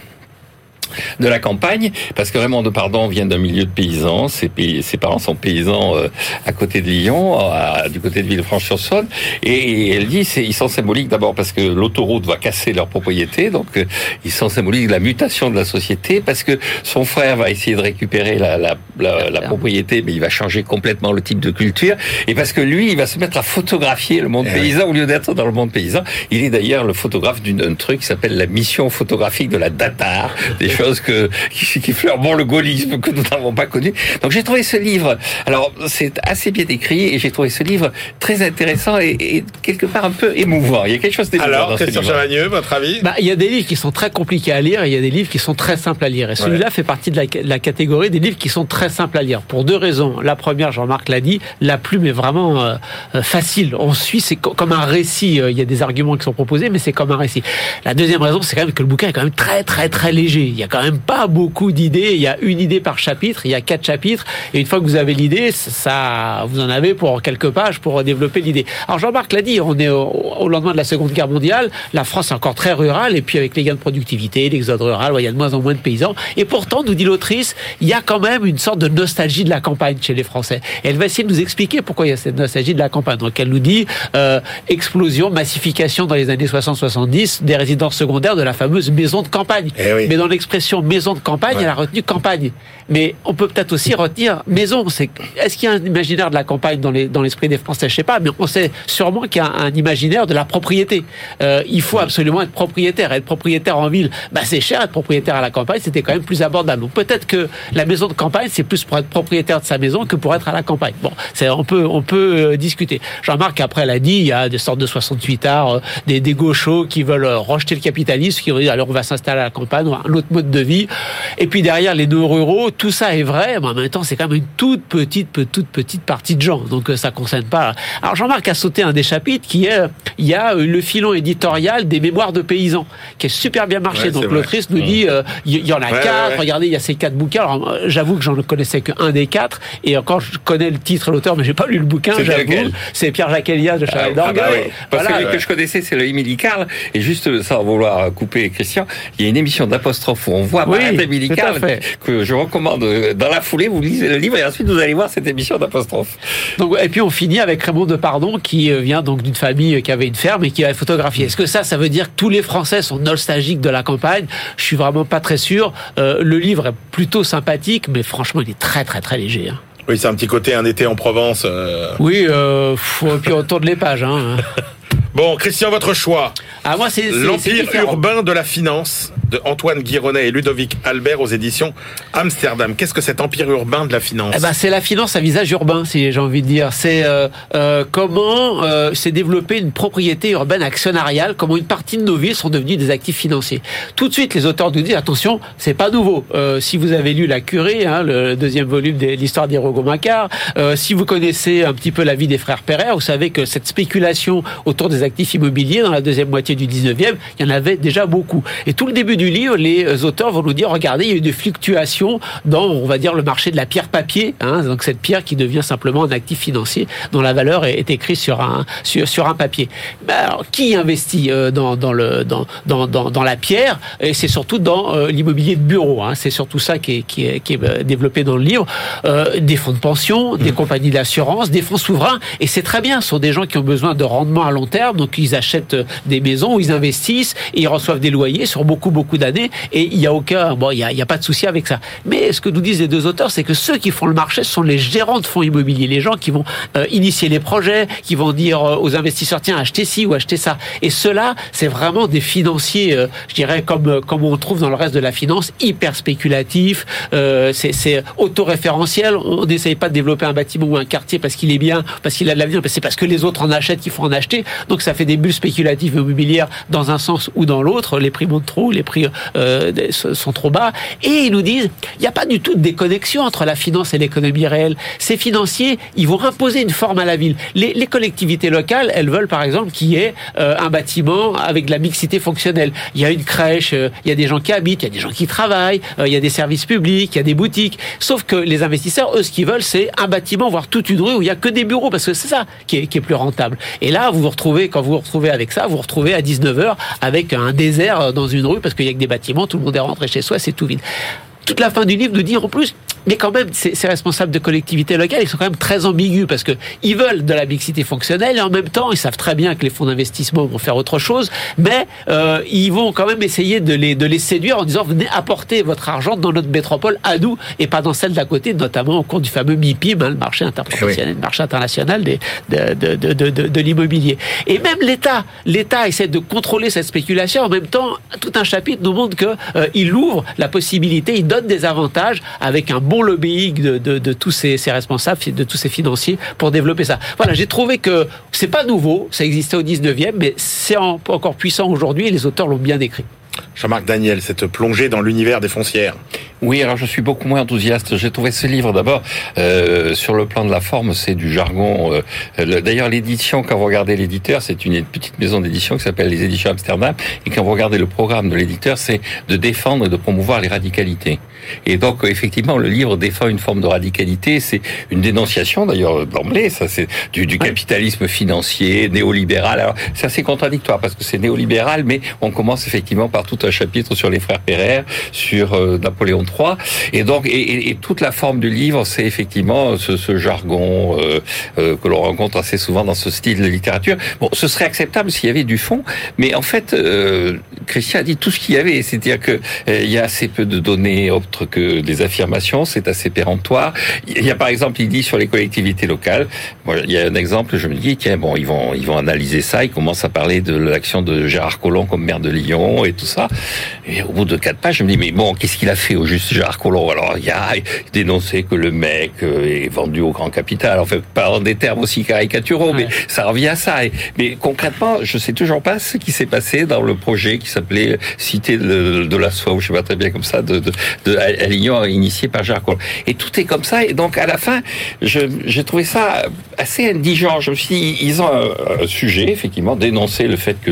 la campagne, parce que Raymond Depardon vient d'un milieu de paysans, ses parents sont paysans à côté de Lyon, du côté de Villefranche-sur-Saône, et elle dit ils sont symboliques d'abord parce que l'autoroute va casser leur propriété, donc ils sont symboliques de la mutation de la société, parce que son frère va essayer de récupérer la propriété, mais il va changer complètement le type de culture, et parce que lui, il va se mettre à photographier le monde paysan au lieu d'être dans le monde paysan. Il est d'ailleurs le photographe d'un truc qui s'appelle la mission photographique de la Datar, des choses qui fleurent le gaullisme que nous n'avons pas connu. Donc j'ai trouvé ce livre, alors c'est assez bien écrit, et j'ai trouvé ce livre très intéressant et quelque part un peu émouvant. Il y a quelque chose d'émouvant dans ce livre. Alors, Christian Chavagneux, votre avis ? Il y a des livres qui sont très compliqués à lire et il y a des livres qui sont très simples à lire. Et celui-là fait partie de la catégorie des livres qui sont très simples à lire. Pour deux raisons. La première, Jean-Marc l'a dit, la plume est vraiment facile. On suit, c'est comme un récit. Il y a des arguments qui sont proposés, mais c'est comme un récit. La deuxième raison, c'est quand même que le bouquin est quand même très, très, très léger. Il y a quand même pas beaucoup d'idées. Il y a une idée par chapitre. Il y a 4 chapitres. Et une fois que vous avez l'idée, vous en avez pour quelques pages pour développer l'idée. Alors Jean-Marc l'a dit, on est au lendemain de la Seconde Guerre mondiale. La France est encore très rurale. Et puis avec les gains de productivité, l'exode rural, il y a de moins en moins de paysans. Et pourtant, nous dit l'autrice, il y a quand même une sorte de nostalgie de la campagne chez les Français. Et elle va essayer de nous expliquer pourquoi il y a cette nostalgie de la campagne. Donc elle nous dit explosion, massification dans les années 60-70 des résidences secondaires de la fameuse maison de campagne. Mais dans l'expression maison de campagne, elle a retenu campagne. Mais on peut peut-être aussi retenir maison. Est-ce qu'il y a un imaginaire de la campagne dans l'esprit des Français ? Je sais pas, mais on sait sûrement qu'il y a un imaginaire de la propriété. Il faut absolument être propriétaire. Être propriétaire en ville, c'est cher. Être propriétaire à la campagne, c'était quand même plus abordable. Donc peut-être que la maison de campagne, c'est plus pour être propriétaire de sa maison que pour être à la campagne. Bon, on peut discuter. Jean-Marc, après, elle a dit, il y a des sortes de 68 arts, des gauchos qui veulent rejeter le capitalisme, qui vont dire, alors on va s'installer à la campagne, un autre mode mode de vie. Et puis derrière les nœuds ruraux, tout ça est vrai, mais en même temps, c'est quand même une toute petite partie de gens. Donc ça concerne pas. Alors Jean-Marc a sauté un des chapitres qui est, il y a le filon éditorial des mémoires de paysans, qui est super bien marché. Donc l'autrice nous dit, il y en a 4. Regardez, il y a ces 4 bouquins. Alors j'avoue que j'en connaissais qu'un des 4. Et encore, je connais le titre et l'auteur, mais j'ai pas lu le bouquin. J'avoue. C'est Pierre-Jacques Elias de Charles d'Orgueil. Parce que je connaissais, c'est le Émilie Carle. Et juste sans vouloir couper Christian, il y a une émission d'apostrophe où on voit apparaître Émilie Carle que je recommande dans la foulée. Vous lisez le livre et ensuite vous allez voir cette émission d'apostrophe. Donc, et puis on finit avec Raymond Depardon qui vient donc d'une famille qui avait une ferme et qui avait photographié. Est-ce que ça veut dire que tous les Français sont nostalgiques de la campagne? Je suis vraiment pas très sûr. Le livre est plutôt sympathique, mais franchement, il est très très très léger. Oui, c'est un petit côté un été en Provence. Oui, puis on tourne les pages. Bon, Christian, votre choix. Moi, c'est L'Empire urbain de la finance de Antoine Guironnet et Ludovic Albert aux éditions Amsterdam. Qu'est-ce que cet empire urbain de la finance? C'est la finance à visage urbain, si j'ai envie de dire. C'est comment s'est développée une propriété urbaine actionnariale, comment une partie de nos villes sont devenues des actifs financiers. Tout de suite, les auteurs nous disent, attention, c'est pas nouveau. Si vous avez lu La Curée, le deuxième volume de l'histoire des Rougon-Macquart, si vous connaissez un petit peu la vie des frères Pereire, vous savez que cette spéculation autour des actifs immobiliers dans la deuxième moitié du 19e, il y en avait déjà beaucoup. Et tout le début du livre, les auteurs vont nous dire, regardez, il y a eu des fluctuations dans, on va dire, le marché de la pierre papier, donc cette pierre qui devient simplement un actif financier dont la valeur est écrite sur un papier. Alors, qui investit dans la pierre? Et c'est surtout dans l'immobilier de bureau. C'est surtout ça qui est développé dans le livre. Des fonds de pension, des compagnies d'assurance, des fonds souverains. Et c'est très bien. Ce sont des gens qui ont besoin de rendement à long terme. Donc, ils achètent des maisons où ils investissent et ils reçoivent des loyers sur beaucoup d'années. Et il y a pas de souci avec ça. Mais ce que nous disent les deux auteurs, c'est que ceux qui font le marché, ce sont les gérants de fonds immobiliers, les gens qui vont initier les projets, qui vont dire aux investisseurs, tiens, achetez ci ou achetez ça. Et ceux-là, c'est vraiment des financiers, je dirais, comme on trouve dans le reste de la finance, hyper spéculatifs. C'est autoréférentiel. On n'essaye pas de développer un bâtiment ou un quartier parce qu'il est bien, parce qu'il a de l'avenir, c'est parce que les autres en achètent qu'il faut en acheter. Donc ça fait des bulles spéculatives immobilières dans un sens ou dans l'autre. Les prix montent trop, les prix sont trop bas. Et ils nous disent, il n'y a pas du tout de déconnexion entre la finance et l'économie réelle. Ces financiers, ils vont imposer une forme à la ville. Les collectivités locales, elles veulent par exemple qu'il y ait un bâtiment avec de la mixité fonctionnelle. Il y a une crèche, il y a des gens qui habitent, il y a des gens qui travaillent, il y a des services publics, il y a des boutiques. Sauf que les investisseurs, eux, ce qu'ils veulent, c'est un bâtiment, voire toute une rue où il y a que des bureaux, parce que c'est ça qui est plus rentable. Et là, quand vous vous retrouvez avec ça, vous vous retrouvez à 19h avec un désert dans une rue, parce qu'il y a que des bâtiments, tout le monde est rentré chez soi, c'est tout vide. Toute la fin du livre nous dit en plus, mais quand même, ces responsables de collectivités locales, ils sont quand même très ambigus parce que ils veulent de la mixité fonctionnelle et en même temps, ils savent très bien que les fonds d'investissement vont faire autre chose, mais ils vont quand même essayer de les séduire en disant venez apporter votre argent dans notre métropole à nous et pas dans celle d'à côté, notamment au cours du fameux MIPIM, le marché interprofessionnel, le marché international de l'immobilier. Et même l'État essaie de contrôler cette spéculation. En même temps, tout un chapitre nous montre que il ouvre la possibilité, il donne des avantages avec un bon lobbying de tous ces responsables, de tous ces financiers pour développer ça. Voilà, j'ai trouvé que c'est pas nouveau, ça existait au 19e, mais c'est encore puissant aujourd'hui et les auteurs l'ont bien écrit. Jean-Marc Daniel, cette plongée dans l'univers des foncières. Oui, alors je suis beaucoup moins enthousiaste. J'ai trouvé ce livre d'abord, sur le plan de la forme, c'est du jargon. D'ailleurs, l'édition, quand vous regardez l'éditeur, c'est une petite maison d'édition qui s'appelle les Éditions Amsterdam. Et quand vous regardez le programme de l'éditeur, c'est de défendre et de promouvoir les radicalités. Et donc, effectivement, le livre défend une forme de radicalité. C'est une dénonciation, d'ailleurs, d'emblée. Ça, c'est du capitalisme financier, néolibéral. Alors, c'est assez contradictoire parce que c'est néolibéral, mais on commence effectivement par tout un chapitre sur les frères Pereire, sur Napoléon III. Et donc, et toute la forme du livre, c'est effectivement ce jargon que l'on rencontre assez souvent dans ce style de littérature. Bon, ce serait acceptable s'il y avait du fond, mais en fait, Christian a dit tout ce qu'il y avait. C'est-à-dire que il y a assez peu de données autres que des affirmations. C'est assez péremptoire. Il y a par exemple, il dit sur les collectivités locales. Moi, il y a un exemple. Je me dis, tiens, bon, ils vont analyser ça. Ils commencent à parler de l'action de Gérard Collomb comme maire de Lyon et tout ça. Et au bout de 4 pages, je me dis, mais bon, qu'est-ce qu'il a fait au juste Gérard Collomb? Alors, il dénonçait que le mec est vendu au grand capital, en fait, pas en des termes aussi caricaturaux, mais ça revient à ça. Mais concrètement, je sais toujours pas ce qui s'est passé dans le projet qui s'appelait Cité de la soie, ou je sais pas très bien comme ça, à Lignon, initié par Gérard Collomb. Et tout est comme ça, et donc à la fin, j'ai trouvé ça assez indigent. Je me suis dit, ils ont un sujet, effectivement, dénoncer le fait que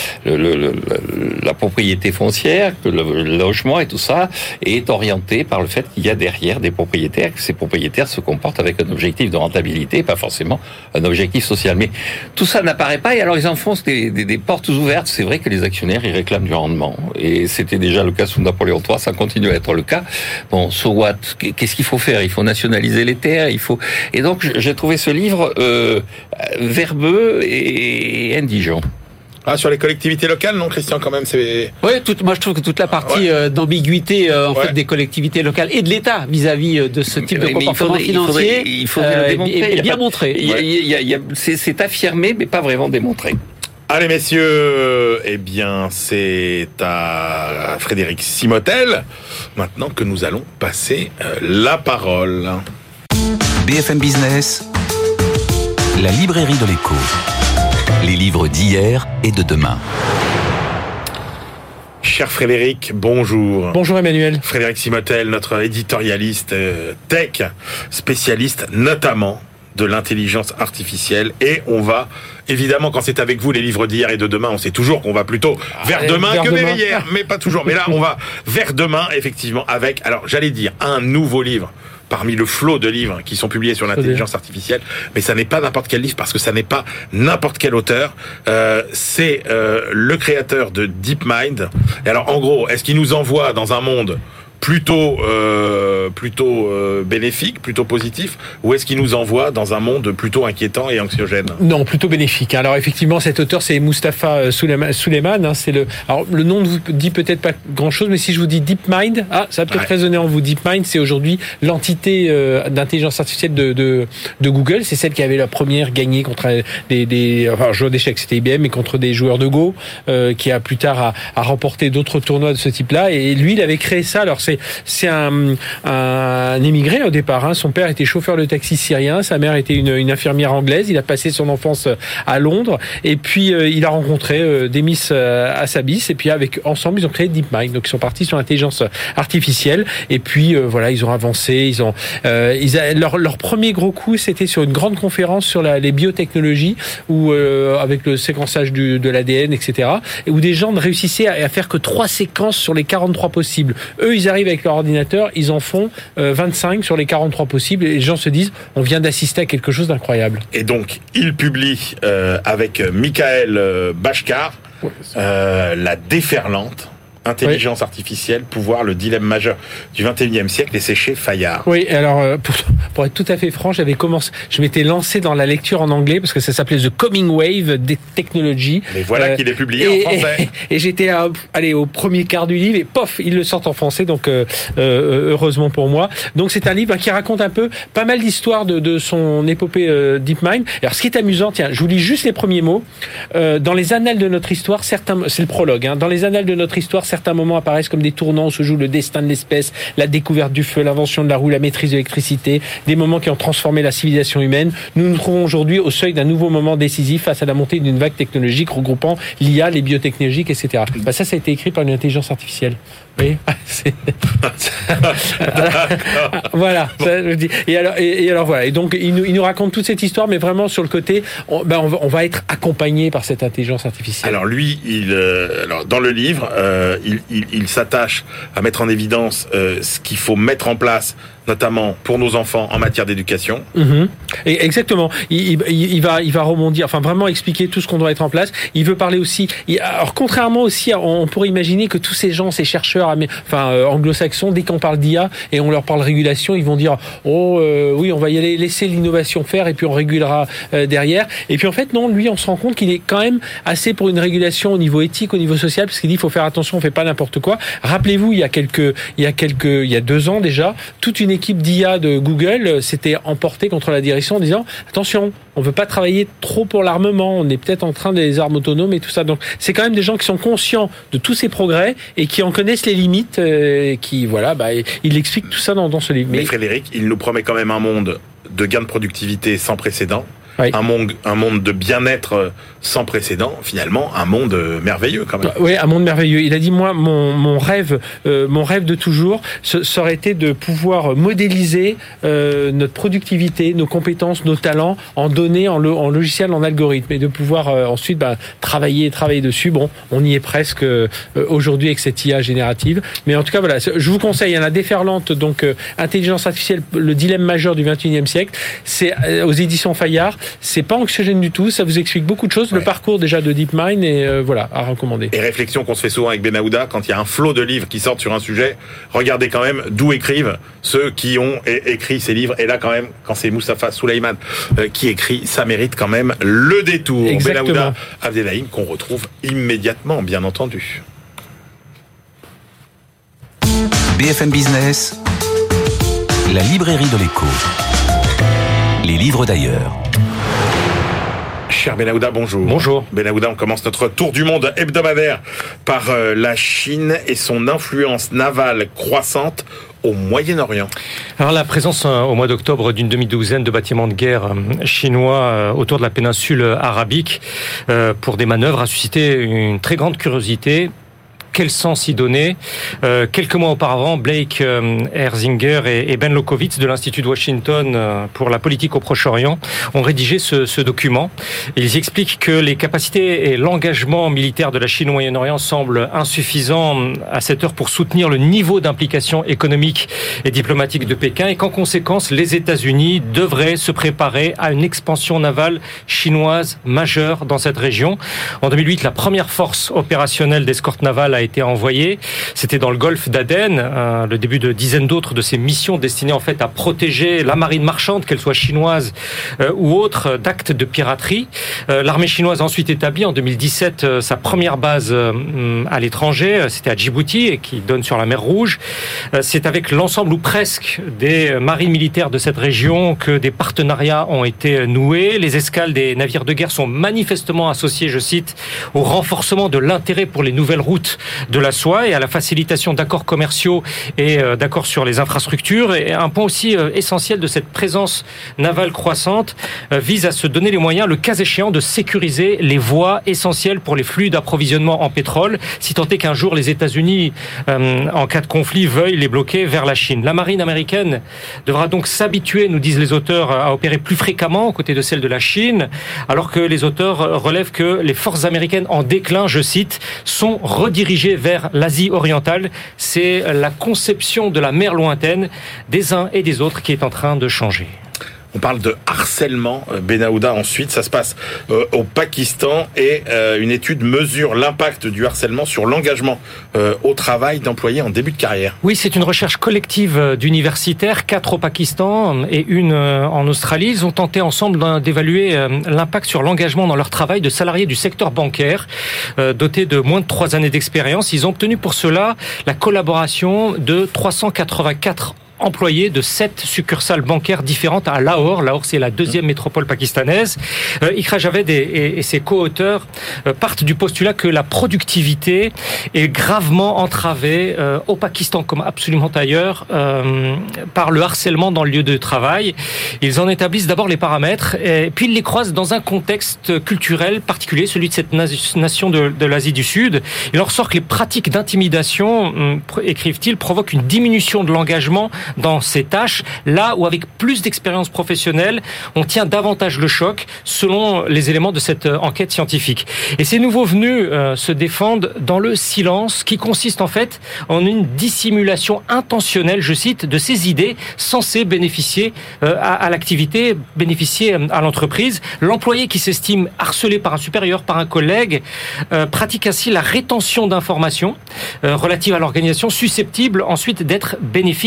la propriété foncière, que le logement et tout ça est orienté par le fait qu'il y a derrière des propriétaires, que ces propriétaires se comportent avec un objectif de rentabilité, pas forcément un objectif social. Mais tout ça n'apparaît pas, et alors ils enfoncent des portes ouvertes. C'est vrai que les actionnaires, ils réclament du rendement. Et c'était déjà le cas sous Napoléon III, ça continue à être le cas. Bon, so what? Qu'est-ce qu'il faut faire? Il faut nationaliser les terres, Et donc, j'ai trouvé ce livre verbeux et indigent. Ah, sur les collectivités locales, non, Christian, quand même, c'est... Oui, moi je trouve que toute la partie d'ambiguïté fait des collectivités locales et de l'État vis-à-vis de ce type de comportement financier il faudrait le démontrer. est bien montré. C'est affirmé, mais pas vraiment démontré. Allez, messieurs, eh bien, c'est à Frédéric Simotel, maintenant, que nous allons passer la parole. BFM Business, la librairie de l'écho. Les livres d'hier et de demain. Cher Frédéric, bonjour. Bonjour Emmanuel. Frédéric Simotel, notre éditorialiste tech, spécialiste notamment de l'intelligence artificielle. Et on va, évidemment, quand c'est avec vous les livres d'hier et de demain, on sait toujours qu'on va plutôt vers demain que vers hier, mais pas toujours. Mais là, on va vers demain, effectivement, avec, alors j'allais dire, un nouveau livre parmi le flot de livres qui sont publiés sur l'intelligence artificielle, mais ça n'est pas n'importe quel livre parce que ça n'est pas n'importe quel auteur. C'est le créateur de DeepMind. Et alors, en gros, est-ce qu'il nous envoie dans un monde plutôt bénéfique, plutôt positif, ou est-ce qu'il nous envoie dans un monde plutôt inquiétant et anxiogène? Non, plutôt bénéfique. Alors effectivement, cet auteur, c'est Mustapha Suleyman. Alors le nom ne vous dit peut-être pas grand-chose, mais si je vous dis DeepMind, ça va peut-être résonner en vous. DeepMind, c'est aujourd'hui l'entité d'intelligence artificielle de Google. C'est celle qui avait la première gagné contre joueurs d'échecs, c'était IBM, mais contre des joueurs de Go, qui a plus tard a remporté d'autres tournois de ce type-là. Et lui, il avait créé ça. Alors c'est un émigré au départ. Son père était chauffeur de taxi syrien, sa mère était une infirmière anglaise. Il a passé son enfance à Londres et puis il a rencontré Demis Hassabis et puis ensemble ils ont créé DeepMind. Donc ils sont partis sur l'intelligence artificielle et puis ils ont avancé. Leur premier gros coup, c'était sur une grande conférence sur les biotechnologies où avec le séquençage de l'ADN, etc. Et où des gens ne réussissaient à faire que 3 séquences sur les 43 possibles. Eux, ils arrivent avec leur ordinateur, ils en font 25 sur les 43 possibles et les gens se disent on vient d'assister à quelque chose d'incroyable. Et donc, il publie avec Michael Bashkar La déferlante. Intelligence artificielle, pouvoir, le dilemme majeur du 21e siècle, et c'est chez Fayard. Oui, alors pour être tout à fait franc, je m'étais lancé dans la lecture en anglais parce que ça s'appelait The Coming Wave des Technologies. Et voilà qu'il est publié en français. Et j'étais au premier quart du livre et pof, ils le sortent en français, donc heureusement pour moi. Donc c'est un livre qui raconte un peu pas mal d'histoires de son épopée DeepMind. Alors ce qui est amusant, tiens, je vous lis juste les premiers mots. Dans les annales de notre histoire, c'est le prologue. Dans les annales de notre histoire, certains moments apparaissent comme des tournants où se joue le destin de l'espèce, la découverte du feu, l'invention de la roue, la maîtrise de l'électricité, des moments qui ont transformé la civilisation humaine. Nous nous trouvons aujourd'hui au seuil d'un nouveau moment décisif face à la montée d'une vague technologique regroupant l'IA, les biotechnologies, etc. Ça a été écrit par une intelligence artificielle. Oui. Voilà. Et alors voilà. Et donc il nous raconte toute cette histoire, mais vraiment sur le côté, on va être accompagné par cette intelligence artificielle. Alors lui, dans le livre, il s'attache à mettre en évidence ce qu'il faut mettre en place, notamment pour nos enfants en matière d'éducation. Et exactement. Il va rebondir, enfin vraiment expliquer tout ce qu'on doit être en place. Il veut parler aussi. Alors contrairement aussi, on pourrait imaginer que tous ces gens, ces chercheurs, anglo-saxons, dès qu'on parle d'IA et on leur parle régulation, ils vont dire oui, on va y aller, laisser l'innovation faire et puis on régulera derrière. Et puis en fait non, lui on se rend compte qu'il est quand même assez pour une régulation au niveau éthique, au niveau social, parce qu'il dit il faut faire attention, on fait pas n'importe quoi. Rappelez-vous, il y a 2 ans déjà, toute une équipe d'IA de Google s'était emportée contre la direction en disant attention, on veut pas travailler trop pour l'armement, on est peut-être en train des armes autonomes et tout ça. Donc c'est quand même des gens qui sont conscients de tous ces progrès et qui en connaissent les limites, il explique tout ça dans ce livre. Mais Frédéric, il nous promet quand même un monde de gains de productivité sans précédent. Oui. Un monde de bien-être sans précédent, finalement, un monde merveilleux quand même. Oui, un monde merveilleux. Il a dit, moi, mon rêve de toujours, ça aurait été de pouvoir modéliser notre productivité, nos compétences, nos talents en données, en logiciel, en algorithme, et de pouvoir ensuite travailler dessus. Bon, on y est presque aujourd'hui avec cette IA générative. Mais en tout cas, voilà, je vous conseille, la déferlante, donc intelligence artificielle, le dilemme majeur du 21e siècle, c'est aux éditions Fayard. C'est pas anxiogène du tout, ça vous explique beaucoup de choses, le parcours déjà de DeepMind et à recommander. Et réflexion qu'on se fait souvent avec Benahouda, quand il y a un flot de livres qui sortent sur un sujet, regardez quand même d'où écrivent ceux qui ont écrit ces livres. Et là quand même, quand c'est Mustapha Suleyman qui écrit, ça mérite quand même le détour. Exactement. Benahouda Abdelhaim qu'on retrouve immédiatement, bien entendu. BFM Business, la librairie de l'écho. Les livres d'ailleurs. Cher Benahouda, bonjour. Bonjour. Benahouda, on commence notre tour du monde hebdomadaire par la Chine et son influence navale croissante au Moyen-Orient. Alors la présence au mois d'octobre d'une demi-douzaine de bâtiments de guerre chinois autour de la péninsule arabique pour des manœuvres a suscité une très grande curiosité. Quel sens y donner ? Quelques mois auparavant, Blake Erzinger et Ben Locovitz de l'Institut de Washington pour la politique au Proche-Orient ont rédigé ce document. Ils expliquent que les capacités et l'engagement militaire de la Chine au Moyen-Orient semblent insuffisants à cette heure pour soutenir le niveau d'implication économique et diplomatique de Pékin et qu'en conséquence, les États-Unis devraient se préparer à une expansion navale chinoise majeure dans cette région. En 2008, la première force opérationnelle d'escorte navale a été envoyé. C'était dans le golfe d'Aden, le début de dizaines d'autres de ces missions destinées en fait à protéger la marine marchande, qu'elle soit chinoise ou autre, d'actes de piraterie. L'armée chinoise a ensuite établi en 2017 sa première base à l'étranger, c'était à Djibouti, et qui donne sur la mer Rouge. C'est avec l'ensemble ou presque des marines militaires de cette région que des partenariats ont été noués. Les escales des navires de guerre sont manifestement associées, je cite, au renforcement de l'intérêt pour les nouvelles routes de la soie et à la facilitation d'accords commerciaux et d'accords sur les infrastructures. Et un point aussi essentiel de cette présence navale croissante vise à se donner les moyens, le cas échéant, de sécuriser les voies essentielles pour les flux d'approvisionnement en pétrole, si tant est qu'un jour les États-Unis, en cas de conflit, veuillent les bloquer vers la Chine. La marine américaine devra donc s'habituer, nous disent les auteurs, à opérer plus fréquemment aux côtés de celle de la Chine, alors que les auteurs relèvent que les forces américaines en déclin, je cite, sont redirigées vers l'Asie orientale. C'est la conception de la mer lointaine des uns et des autres qui est en train de changer. On parle de harcèlement, Benahouda. Ensuite, ça se passe au Pakistan et une étude mesure l'impact du harcèlement sur l'engagement au travail d'employés en début de carrière. Oui, c'est une recherche collective d'universitaires, 4 au Pakistan et une en Australie. Ils ont tenté ensemble d'évaluer l'impact sur l'engagement dans leur travail de salariés du secteur bancaire, dotés de moins de 3 années d'expérience. Ils ont obtenu pour cela la collaboration de 384 employés de 7 succursales bancaires différentes à Lahore. Lahore, c'est la 2e métropole pakistanaise. Iqra Javed et ses co-auteurs partent du postulat que la productivité est gravement entravée au Pakistan, comme absolument ailleurs, par le harcèlement dans le lieu de travail. Ils en établissent d'abord les paramètres, et puis ils les croisent dans un contexte culturel particulier, celui de cette nation de l'Asie du Sud. Il en ressort que les pratiques d'intimidation, écrivent-ils, provoquent une diminution de l'engagement dans ces tâches, là où avec plus d'expérience professionnelle, on tient davantage le choc, selon les éléments de cette enquête scientifique. Et ces nouveaux venus se défendent dans le silence, qui consiste en fait en une dissimulation intentionnelle, je cite, de ces idées censées bénéficier à l'activité, bénéficier à l'entreprise. L'employé qui s'estime harcelé par un supérieur, par un collègue, pratique ainsi la rétention d'informations relatives à l'organisation, susceptibles ensuite d'être bénéfiques à la productivité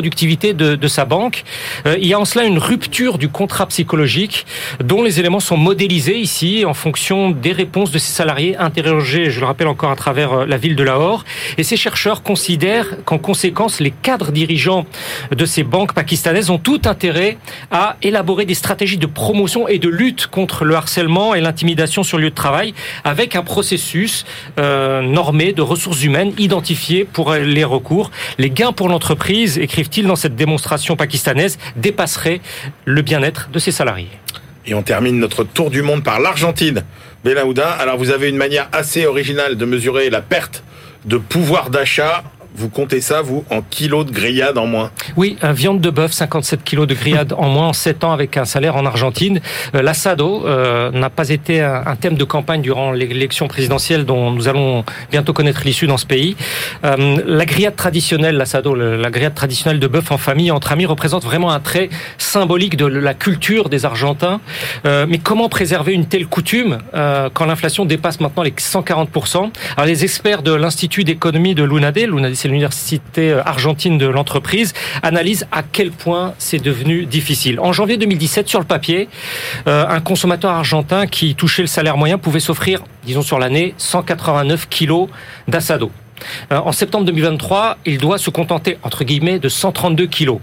productivité de sa banque. Il y a en cela une rupture du contrat psychologique dont les éléments sont modélisés ici en fonction des réponses de ces salariés interrogés, je le rappelle encore, à travers la ville de Lahore. Et ces chercheurs considèrent qu'en conséquence, les cadres dirigeants de ces banques pakistanaises ont tout intérêt à élaborer des stratégies de promotion et de lutte contre le harcèlement et l'intimidation sur le lieu de travail, avec un processus normé de ressources humaines identifiées pour les recours. Les gains pour l'entreprise, écrivent-ils dans cette démonstration pakistanaise, dépasseraient le bien-être de ses salariés. Et on termine notre tour du monde par l'Argentine. Benahouda, alors vous avez une manière assez originale de mesurer la perte de pouvoir d'achat. Vous comptez ça, vous, en kilos de grillade en moins? Oui, viande de bœuf, 57 kilos de grillade en moins en 7 ans avec un salaire en Argentine. L'assado n'a pas été un thème de campagne durant l'élection présidentielle dont nous allons bientôt connaître l'issue dans ce pays. La grillade traditionnelle, l'assado, la grillade traditionnelle de bœuf en famille, entre amis, représente vraiment un trait symbolique de la culture des Argentins. Mais comment préserver une telle coutume quand l'inflation dépasse maintenant les 140%? Alors les experts de l'Institut d'économie de l'UNADE, c'est l'université argentine de l'entreprise, analyse à quel point c'est devenu difficile. En janvier 2017, sur le papier, un consommateur argentin qui touchait le salaire moyen pouvait s'offrir, disons sur l'année, 189 kilos d'assado. En septembre 2023, il doit se contenter, entre guillemets, de 132 kilos.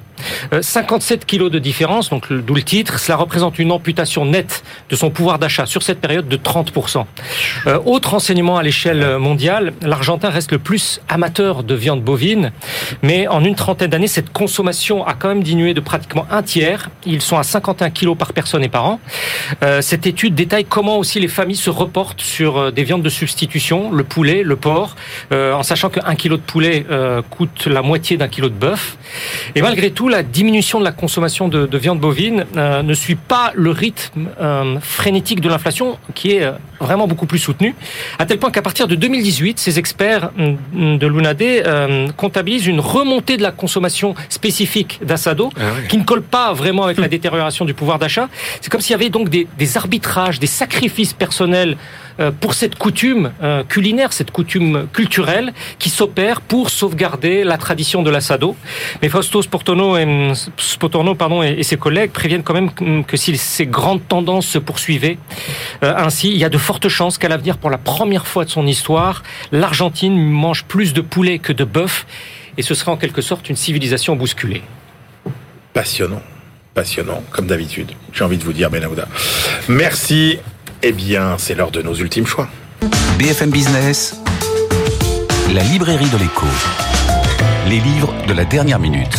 57 kilos de différence, donc d'où le titre, cela représente une amputation nette de son pouvoir d'achat sur cette période de 30%. Autre enseignement à l'échelle mondiale, l'Argentin reste le plus amateur de viande bovine, mais en une trentaine d'années, cette consommation a quand même diminué de pratiquement un tiers. Ils sont à 51 kilos par personne et par an. Cette étude détaille comment aussi les familles se reportent sur des viandes de substitution, le poulet, le porc, en sachant qu'un kilo de poulet coûte la moitié d'un kilo de bœuf. Et malgré tout, la diminution de la consommation de viande bovine ne suit pas le rythme frénétique de l'inflation, qui est vraiment beaucoup plus soutenu, à tel point qu'à partir de 2018, ces experts de l'UNADE comptabilisent une remontée de la consommation spécifique d'assado, qui ne colle pas vraiment avec la détérioration du pouvoir d'achat. C'est comme s'il y avait donc des arbitrages, des sacrifices personnels pour cette coutume culinaire, cette coutume culturelle qui s'opère pour sauvegarder la tradition de l'assado. Mais Fausto Spotorno et ses collègues préviennent quand même que si ces grandes tendances se poursuivaient ainsi, il y a de fortes chances qu'à l'avenir, pour la première fois de son histoire, l'Argentine mange plus de poulet que de bœuf, et ce serait en quelque sorte une civilisation bousculée. Passionnant, comme d'habitude. J'ai envie de vous dire, Benahouda. Merci. Eh bien, c'est l'heure de nos ultimes choix. BFM Business, la librairie de l'écho. Les livres de la dernière minute.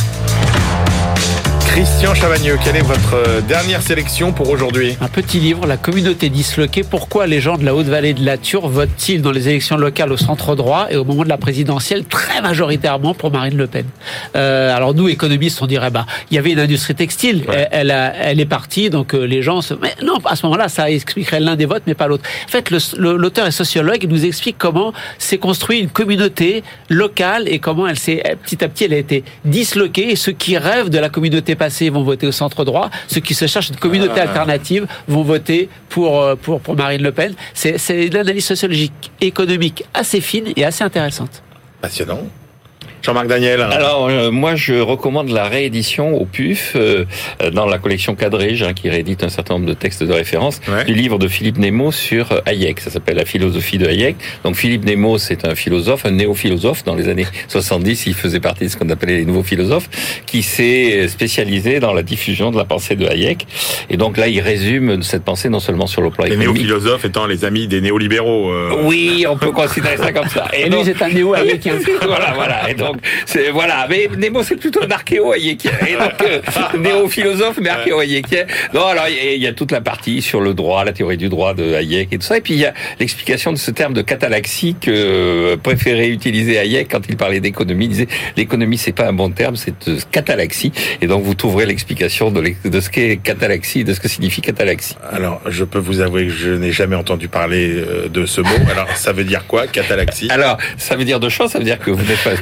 Christian Chavagneux, quelle est votre dernière sélection pour aujourd'hui? Un petit livre, La communauté disloquée. Pourquoi les gens de la Haute-Vallée de la Thur votent-ils dans les élections locales au centre droit et au moment de la présidentielle très majoritairement pour Marine Le Pen? Alors nous, économistes, on dirait, il y avait une industrie textile, ouais. Elle est partie, donc les gens mais non, à ce moment-là, ça expliquerait l'un des votes, mais pas l'autre. En fait, l'auteur est sociologue, il nous explique comment s'est construite une communauté locale et comment elle s'est, petit à petit, elle a été disloquée, et ceux qui rêvent de la communauté passés vont voter au centre droit, ceux qui se cherchent une communauté alternative vont voter pour Marine Le Pen. C'est une analyse sociologique, économique assez fine et assez intéressante. Passionnant. Jean-Marc Daniel. Alors, moi, je recommande la réédition au PUF, dans la collection Quadrige, qui réédite un certain nombre de textes de référence, du livre de Philippe Nemo sur Hayek. Ça s'appelle La philosophie de Hayek. Donc, Philippe Nemo, c'est un philosophe, un néo-philosophe. Dans les années 70, il faisait partie de ce qu'on appelait les nouveaux philosophes, qui s'est spécialisé dans la diffusion de la pensée de Hayek. Et donc là, il résume cette pensée non seulement sur le plan économique. Les néo-philosophes étant les amis des néolibéraux. Oui, on peut considérer ça comme ça. Et lui, c'est un néo-hayekien. Voilà. Et donc, mais Nemo, c'est plutôt un archéo-hayekien. Et donc, néo-philosophe, mais archéo-hayekien. Non, alors, il y a toute la partie sur le droit, la théorie du droit de Hayek et tout ça. Et puis, il y a l'explication de ce terme de catalaxie que préférait utiliser Hayek quand il parlait d'économie. Il disait, l'économie, c'est pas un bon terme, c'est catalaxie. Et donc, vous trouverez l'explication de ce qu'est catalaxie, de ce que signifie catalaxie. Alors, je peux vous avouer que je n'ai jamais entendu parler de ce mot. Alors, ça veut dire quoi, catalaxie? Alors, ça veut dire deux choses. Ça veut dire que vous n'êtes pas un spécialiste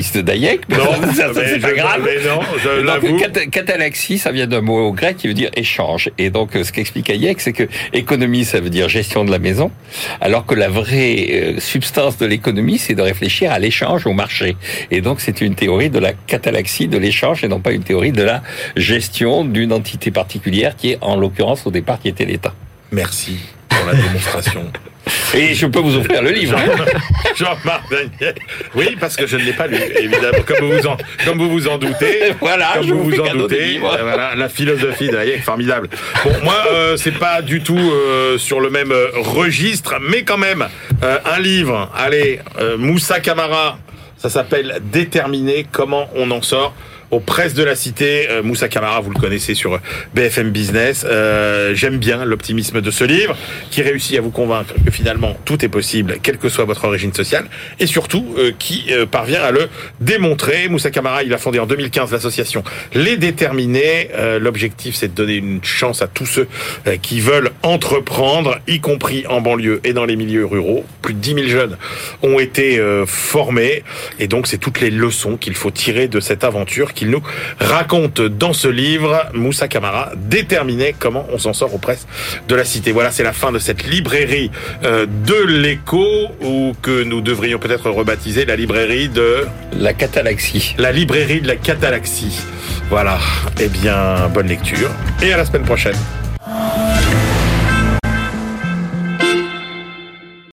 texte d'Hayek. Non, c'est pas grave. Mais non, je l'avoue. Catalaxie, ça vient d'un mot grec qui veut dire échange. Et donc, ce qu'explique Hayek, c'est que économie, ça veut dire gestion de la maison, alors que la vraie substance de l'économie, c'est de réfléchir à l'échange, au marché. Et donc, c'est une théorie de la catalaxie, de l'échange, et non pas une théorie de la gestion d'une entité particulière qui est, en l'occurrence, au départ, qui était l'État. Merci pour la démonstration. Et je peux vous offrir le livre. Jean-Marc Daniel. Oui, parce que je ne l'ai pas lu, évidemment, comme vous vous en doutez. Voilà, comme vous vous en doutez. Voilà, la philosophie de Hayek, formidable. Bon, moi, c'est pas du tout sur le même registre, mais quand même, un livre. Allez, Moussa Camara, ça s'appelle Déterminé, comment on en sort. Aux presses de la cité, Moussa Camara, vous le connaissez sur BFM Business. J'aime bien l'optimisme de ce livre, qui réussit à vous convaincre que finalement tout est possible, quelle que soit votre origine sociale, et surtout qui parvient à le démontrer. Moussa Camara, il a fondé en 2015 l'association Les Déterminés. L'objectif, c'est de donner une chance à tous ceux qui veulent entreprendre, y compris en banlieue et dans les milieux ruraux. Plus de 10 000 jeunes ont été formés, et donc c'est toutes les leçons qu'il faut tirer de cette aventure qu'il nous raconte dans ce livre, Moussa Camara, Déterminé, comment on s'en sort aux presses de la cité. Voilà, c'est la fin de cette librairie de l'écho, ou que nous devrions peut-être rebaptiser la librairie de... La catalaxie. La librairie de la catalaxie. Voilà, eh bien, bonne lecture, et à la semaine prochaine.